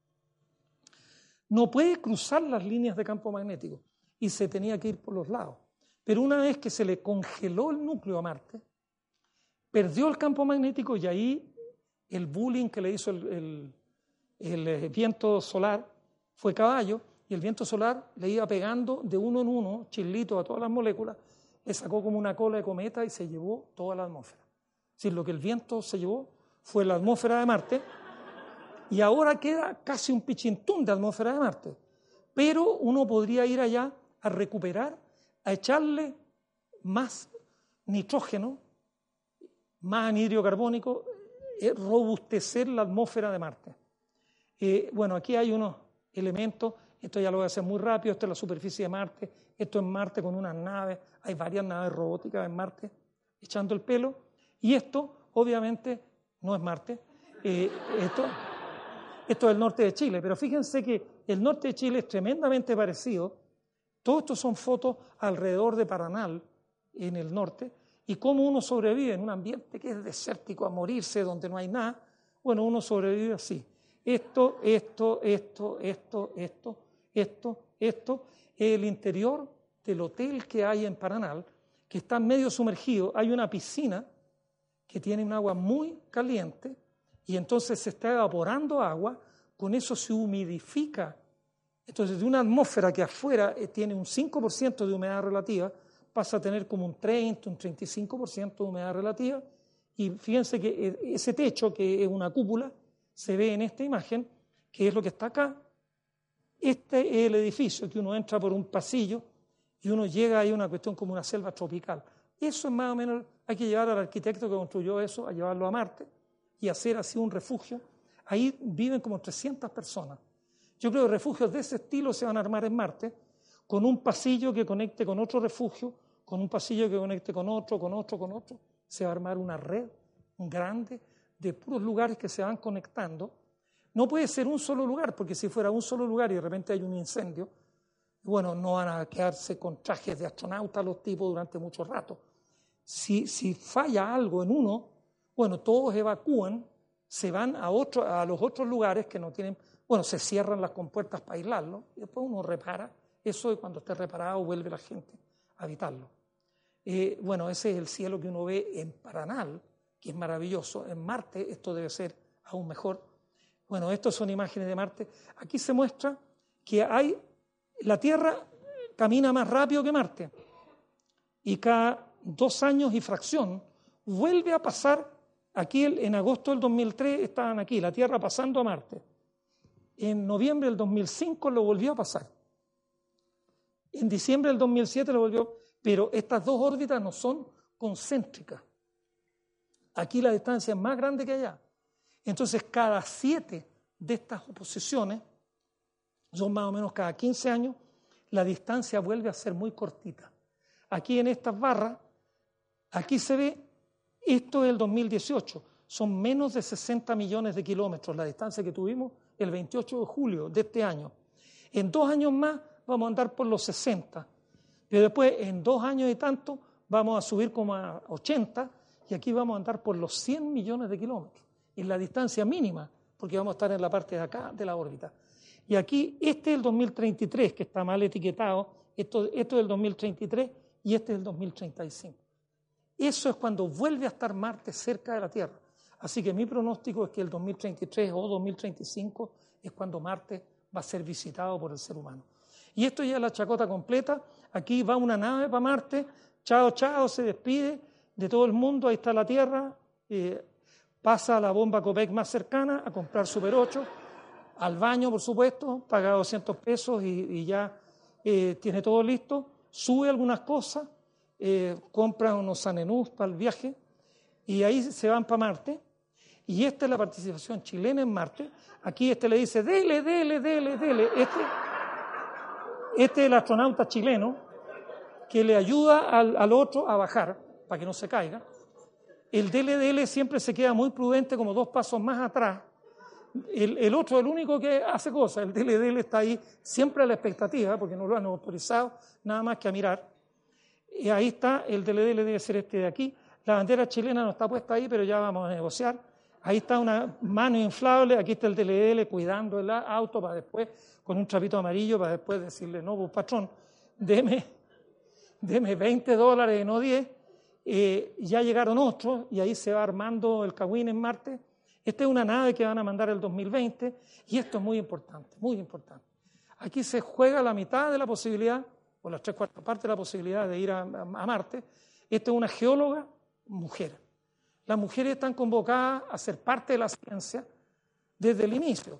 no puede cruzar las líneas de campo magnético y se tenía que ir por los lados. Pero una vez que se le congeló el núcleo a Marte, perdió el campo magnético y ahí el bullying que le hizo el, el, el viento solar fue caballo y el viento solar le iba pegando de uno en uno, chillitos a todas las moléculas, le sacó como una cola de cometa y se llevó toda la atmósfera. Es decir, lo que el viento se llevó fue la atmósfera de Marte y ahora queda casi un pichintún de atmósfera de Marte. Pero uno podría ir allá a recuperar, a echarle más nitrógeno, más anhídrido carbónico, eh, robustecer la atmósfera de Marte. Eh, bueno, aquí hay unos elementos, esto ya lo voy a hacer muy rápido, esto es la superficie de Marte, esto es Marte con unas naves, hay varias naves robóticas en Marte echando el pelo, y esto obviamente no es Marte, eh, esto, esto es el norte de Chile, pero fíjense que el norte de Chile es tremendamente parecido, todo esto son fotos alrededor de Paranal, en el norte, y cómo uno sobrevive en un ambiente que es desértico a morirse, donde no hay nada. Bueno, uno sobrevive así. Esto, esto, esto, esto, esto, esto, esto, el interior del hotel que hay en Paranal, que está medio sumergido. Hay una piscina que tiene un agua muy caliente y entonces se está evaporando agua, con eso se humidifica. Entonces, de una atmósfera que afuera tiene un cinco por ciento de humedad relativa, pasa a tener como un treinta, un treinta y cinco por ciento de humedad relativa, y fíjense que ese techo, que es una cúpula, se ve en esta imagen, que es lo que está acá. Este es el edificio, que uno entra por un pasillo y uno llega ahí a una cuestión como una selva tropical. Eso es más o menos, hay que llevar al arquitecto que construyó eso, a llevarlo a Marte y hacer así un refugio. Ahí viven como trescientas personas. Yo creo que refugios de ese estilo se van a armar en Marte, con un pasillo que conecte con otro refugio, con un pasillo que conecte con otro, con otro, con otro. Se va a armar una red grande de puros lugares que se van conectando. No puede ser un solo lugar, porque si fuera un solo lugar y de repente hay un incendio, bueno, no van a quedarse con trajes de astronauta los tipos durante mucho rato. Si, si falla algo en uno, bueno, todos evacúan, se van a, otro, a los otros lugares que no tienen, bueno, se cierran las compuertas para aislarlo, y después uno repara eso y cuando esté reparado vuelve la gente a habitarlo. Eh, bueno, ese es el cielo que uno ve en Paranal, que es maravilloso. En Marte esto debe ser aún mejor. Bueno, estas son imágenes de Marte. Aquí se muestra que hay, la Tierra camina más rápido que Marte y cada dos años y fracción vuelve a pasar. Aquí en agosto del dos mil tres estaban aquí, la Tierra pasando a Marte. En noviembre del dos mil cinco lo volvió a pasar. En diciembre del dos mil siete lo volvió, pero estas dos órbitas no son concéntricas. Aquí la distancia es más grande que allá. Entonces, cada siete de estas oposiciones, son más o menos cada quince años, la distancia vuelve a ser muy cortita. Aquí en estas barras, aquí se ve, esto es el dos mil dieciocho, son menos de sesenta millones de kilómetros la distancia que tuvimos el veintiocho de julio de este año. En dos años más vamos a andar por los sesenta, pero después en dos años y tanto vamos a subir como a ochenta y aquí vamos a andar por los cien millones de kilómetros, en la distancia mínima, porque vamos a estar en la parte de acá de la órbita. Y aquí, este es el dos mil treinta y tres, que está mal etiquetado, esto, esto es el dos mil treinta y tres y este es el dos mil treinta y cinco. Eso es cuando vuelve a estar Marte cerca de la Tierra. Así que mi pronóstico es que el dos mil treinta y tres o dos mil treinta y cinco es cuando Marte va a ser visitado por el ser humano. Y esto ya es la chacota completa. Aquí va una nave para Marte, chao, chao, se despide de todo el mundo, ahí está la Tierra, eh, pasa a la bomba Copec más cercana a comprar Super ocho, al baño, por supuesto, paga doscientos pesos y, y ya eh, tiene todo listo, sube algunas cosas, eh, compra unos sanenús para el viaje y ahí se van para Marte. Y esta es la participación chilena en Marte. Aquí este le dice, dele, dele, dele, dele. Este, este es el astronauta chileno que le ayuda al, al otro a bajar para que no se caiga. El dele, dele siempre se queda muy prudente, como dos pasos más atrás. El, el otro, el único que hace cosas, el dele, dele está ahí siempre a la expectativa, porque no lo han autorizado nada más que a mirar. Y ahí está, el dele, dele debe ser este de aquí. La bandera chilena no está puesta ahí, pero ya vamos a negociar. Ahí está una mano inflable, aquí está el dele, dele cuidando el auto para después, con un trapito amarillo, para después decirle, no, pues patrón, deme, deme veinte dólares y no diez. Eh, ya llegaron otros y ahí se va armando el Cagüín en Marte. Esta es una nave que van a mandar el dos mil veinte y esto es muy importante, muy importante. Aquí se juega la mitad de la posibilidad, o las tres cuartas partes de la posibilidad de ir a, a, a Marte. Esta es una geóloga mujer. Las mujeres están convocadas a ser parte de la ciencia desde el inicio,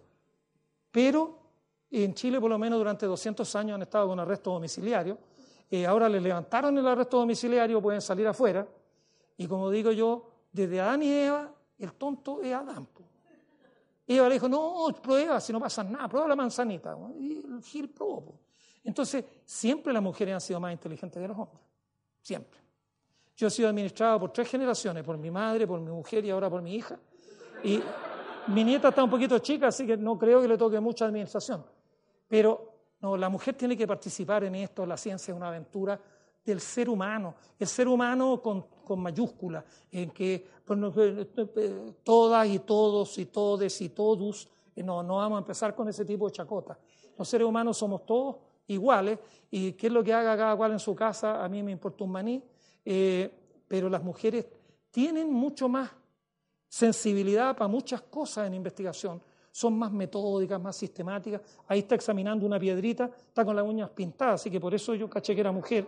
pero en Chile por lo menos durante doscientos años han estado con arresto domiciliario. Eh, ahora les levantaron el arresto domiciliario, pueden salir afuera, y como digo yo, desde Adán y Eva, el tonto es Adán. Eva le dijo, no, prueba, si no pasa nada, prueba la manzanita, y el Gil probó. Entonces, siempre las mujeres han sido más inteligentes que los hombres, siempre. Yo he sido administrado por tres generaciones, por mi madre, por mi mujer y ahora por mi hija, y mi nieta está un poquito chica, así que no creo que le toque mucha administración, pero no, la mujer tiene que participar en esto. La ciencia es una aventura del ser humano, el ser humano con, con mayúsculas, en que bueno, todas y todos y todes y todos, no, no vamos a empezar con ese tipo de chacota. Los seres humanos somos todos iguales y qué es lo que haga cada cual en su casa, a mí me importa un maní, eh, pero las mujeres tienen mucho más sensibilidad para muchas cosas en investigación. Son más metódicas, más sistemáticas. Ahí está examinando una piedrita, está con las uñas pintadas, así que por eso yo caché que era mujer.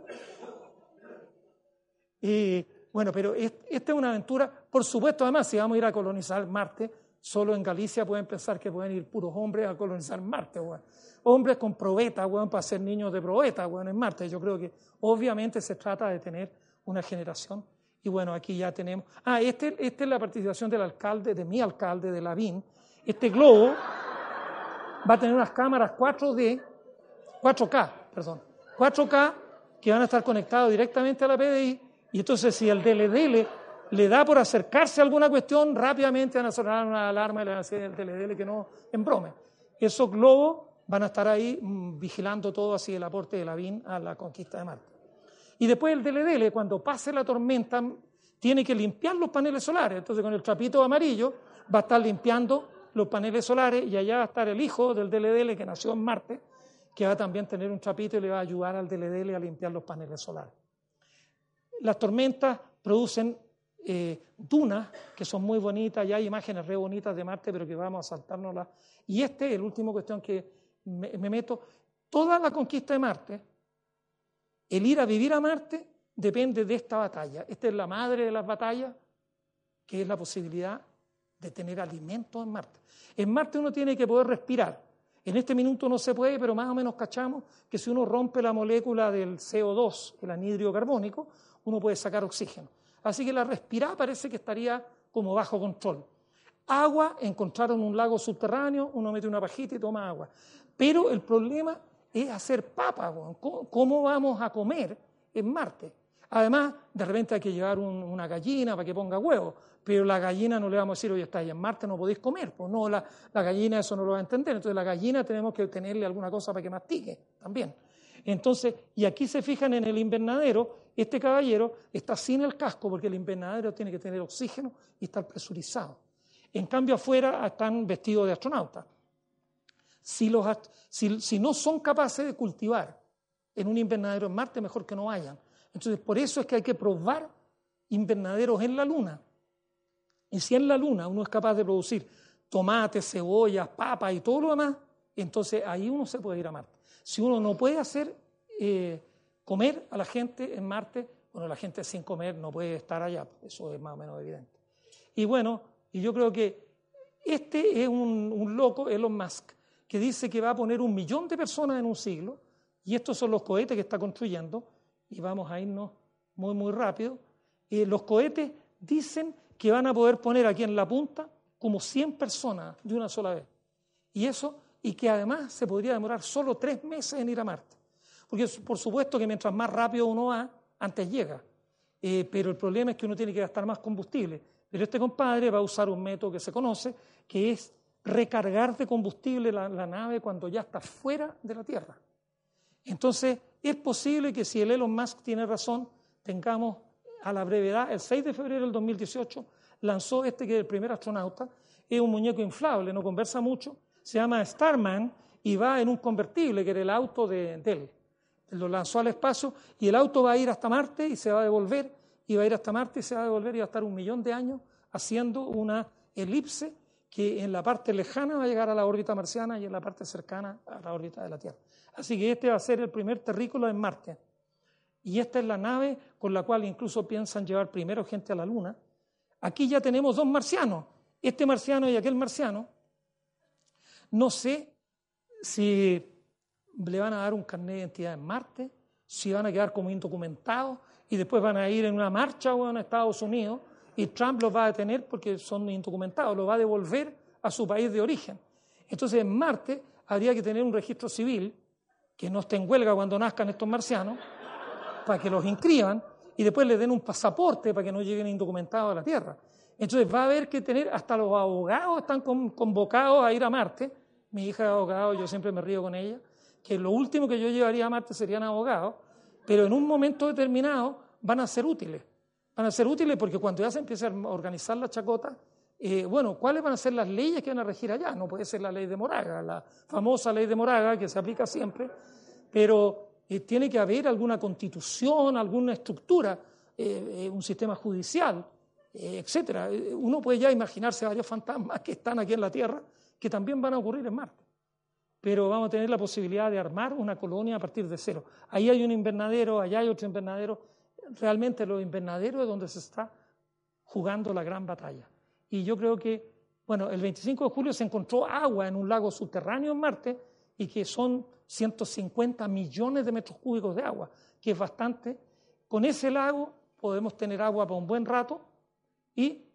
Eh, bueno, pero es, esta es una aventura, por supuesto, además, si vamos a ir a colonizar Marte, solo en Galicia pueden pensar que pueden ir puros hombres a colonizar Marte, bueno. Hombres con probeta, bueno, para ser niños de probeta, bueno, en Marte. Yo creo que obviamente se trata de tener una generación. Y bueno, aquí ya tenemos... Ah, este, esta es la participación del alcalde, de mi alcalde, de Lavín. Este globo va a tener unas cámaras cuatro D, cuatro K, perdón, cuatro K que van a estar conectados directamente a la P D I, y entonces si el dele dele le da por acercarse a alguna cuestión, rápidamente van a sonar una alarma y le van a decir el T L D L que no embrome. Esos globos van a estar ahí mmm, vigilando todo así el aporte de Lavín a la conquista de Marte. Y después el D L D L, cuando pase la tormenta, tiene que limpiar los paneles solares. Entonces con el trapito amarillo va a estar limpiando los paneles solares y allá va a estar el hijo del D L D L que nació en Marte, que va a también tener un trapito y le va a ayudar al D L D L a limpiar los paneles solares. Las tormentas producen eh, dunas que son muy bonitas, ya hay imágenes re bonitas de Marte, pero que vamos a saltárnoslas. Y este es el último cuestión que me, me meto. Toda la conquista de Marte, el ir a vivir a Marte, depende de esta batalla. Esta es la madre de las batallas, que es la posibilidad de tener alimentos en Marte. En Marte uno tiene que poder respirar. En este minuto no se puede, pero más o menos cachamos que si uno rompe la molécula del C O dos, el anhidro carbónico, uno puede sacar oxígeno. Así que la respirar parece que estaría como bajo control. Agua, encontraron un lago subterráneo, uno mete una pajita y toma agua. Pero el problema es hacer papa. ¿Cómo vamos a comer en Marte? Además, de repente hay que llevar un, una gallina para que ponga huevos, pero la gallina no le vamos a decir, oye, estáis en Marte, no podéis comer. Pues no, la, la gallina eso no lo va a entender. Entonces la gallina tenemos que tenerle alguna cosa para que mastique también. Entonces, y aquí se fijan en el invernadero, este caballero está sin el casco porque el invernadero tiene que tener oxígeno y estar presurizado. En cambio, afuera están vestidos de astronautas. Si, los, si, si no son capaces de cultivar en un invernadero en Marte, mejor que no vayan. Entonces, por eso es que hay que probar invernaderos en la Luna. Y si en la Luna uno es capaz de producir tomates, cebollas, papas y todo lo demás, entonces ahí uno se puede ir a Marte. Si uno no puede hacer eh, comer a la gente en Marte, bueno, la gente sin comer no puede estar allá, eso es más o menos evidente. Y bueno, y yo creo que este es un, un loco, Elon Musk, que dice que va a poner un millón de personas en un siglo, y estos son los cohetes que está construyendo, y vamos a irnos muy, muy rápido. Eh, los cohetes dicen que van a poder poner aquí en la punta como cien personas de una sola vez. Y eso, y que además se podría demorar solo tres meses en ir a Marte. Porque por supuesto que mientras más rápido uno va, antes llega. Eh, pero el problema es que uno tiene que gastar más combustible. Pero este compadre va a usar un método que se conoce, que es recargar de combustible la, la nave cuando ya está fuera de la Tierra. Entonces, es posible que si el Elon Musk tiene razón, tengamos a la brevedad, el seis de febrero del dos mil dieciocho, lanzó este que es el primer astronauta, es un muñeco inflable, no conversa mucho, se llama Starman y va en un convertible, que era el auto de, de él. Lo lanzó al espacio y el auto va a ir hasta Marte y se va a devolver, y va a ir hasta Marte y se va a devolver y va a estar un millón de años haciendo una elipse que en la parte lejana va a llegar a la órbita marciana y en la parte cercana a la órbita de la Tierra. Así que este va a ser el primer terrícola en Marte. Y esta es la nave con la cual incluso piensan llevar primero gente a la Luna. Aquí ya tenemos dos marcianos, este marciano y aquel marciano. No sé si le van a dar un carnet de identidad en Marte, si van a quedar como indocumentados y después van a ir en una marcha bueno, a Estados Unidos y Trump los va a detener porque son indocumentados, los va a devolver a su país de origen. Entonces en Marte habría que tener un registro civil que no esté en huelga cuando nazcan estos marcianos, para que los inscriban y después les den un pasaporte para que no lleguen indocumentados a la Tierra. Entonces va a haber que tener, hasta los abogados están convocados a ir a Marte. Mi hija es abogado, yo siempre me río con ella, que lo último que yo llevaría a Marte serían abogados, pero en un momento determinado van a ser útiles. Van a ser útiles porque cuando ya se empieza a organizar la chacota, eh, bueno, ¿cuáles van a ser las leyes que van a regir allá? No puede ser la ley de Moraga, la famosa ley de Moraga que se aplica siempre, pero eh, tiene que haber alguna constitución, alguna estructura, eh, eh, un sistema judicial, eh, etcétera. Uno puede ya imaginarse varios fantasmas que están aquí en la Tierra que también van a ocurrir en Marte. Pero vamos a tener la posibilidad de armar una colonia a partir de cero. Ahí hay un invernadero, allá hay otro invernadero. Realmente los invernaderos es donde se está jugando la gran batalla. Y yo creo que, bueno, el veinticinco de julio se encontró agua en un lago subterráneo en Marte y que son ciento cincuenta millones de metros cúbicos de agua, que es bastante. Con ese lago podemos tener agua para un buen rato y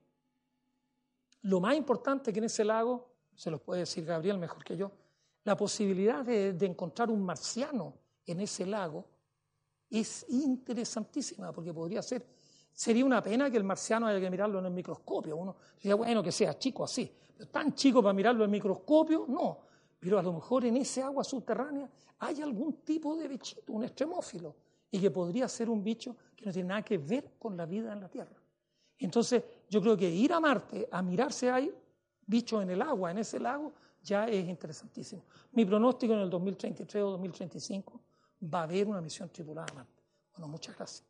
lo más importante que en ese lago, se los puede decir Gabriel mejor que yo, la posibilidad de, de encontrar un marciano en ese lago es interesantísima porque podría ser, Sería una pena que el marciano haya que mirarlo en el microscopio. Uno diría, bueno, que sea chico así, pero tan chico para mirarlo en el microscopio, no. Pero a lo mejor en ese agua subterránea hay algún tipo de bichito, un extremófilo, y que podría ser un bicho que no tiene nada que ver con la vida en la Tierra. Entonces, yo creo que ir a Marte a mirarse hay bichos en el agua, en ese lago, ya es interesantísimo. Mi pronóstico en el dos mil treinta y tres o dos mil treinta y cinco va a haber una misión tripulada a Marte. Bueno, muchas gracias.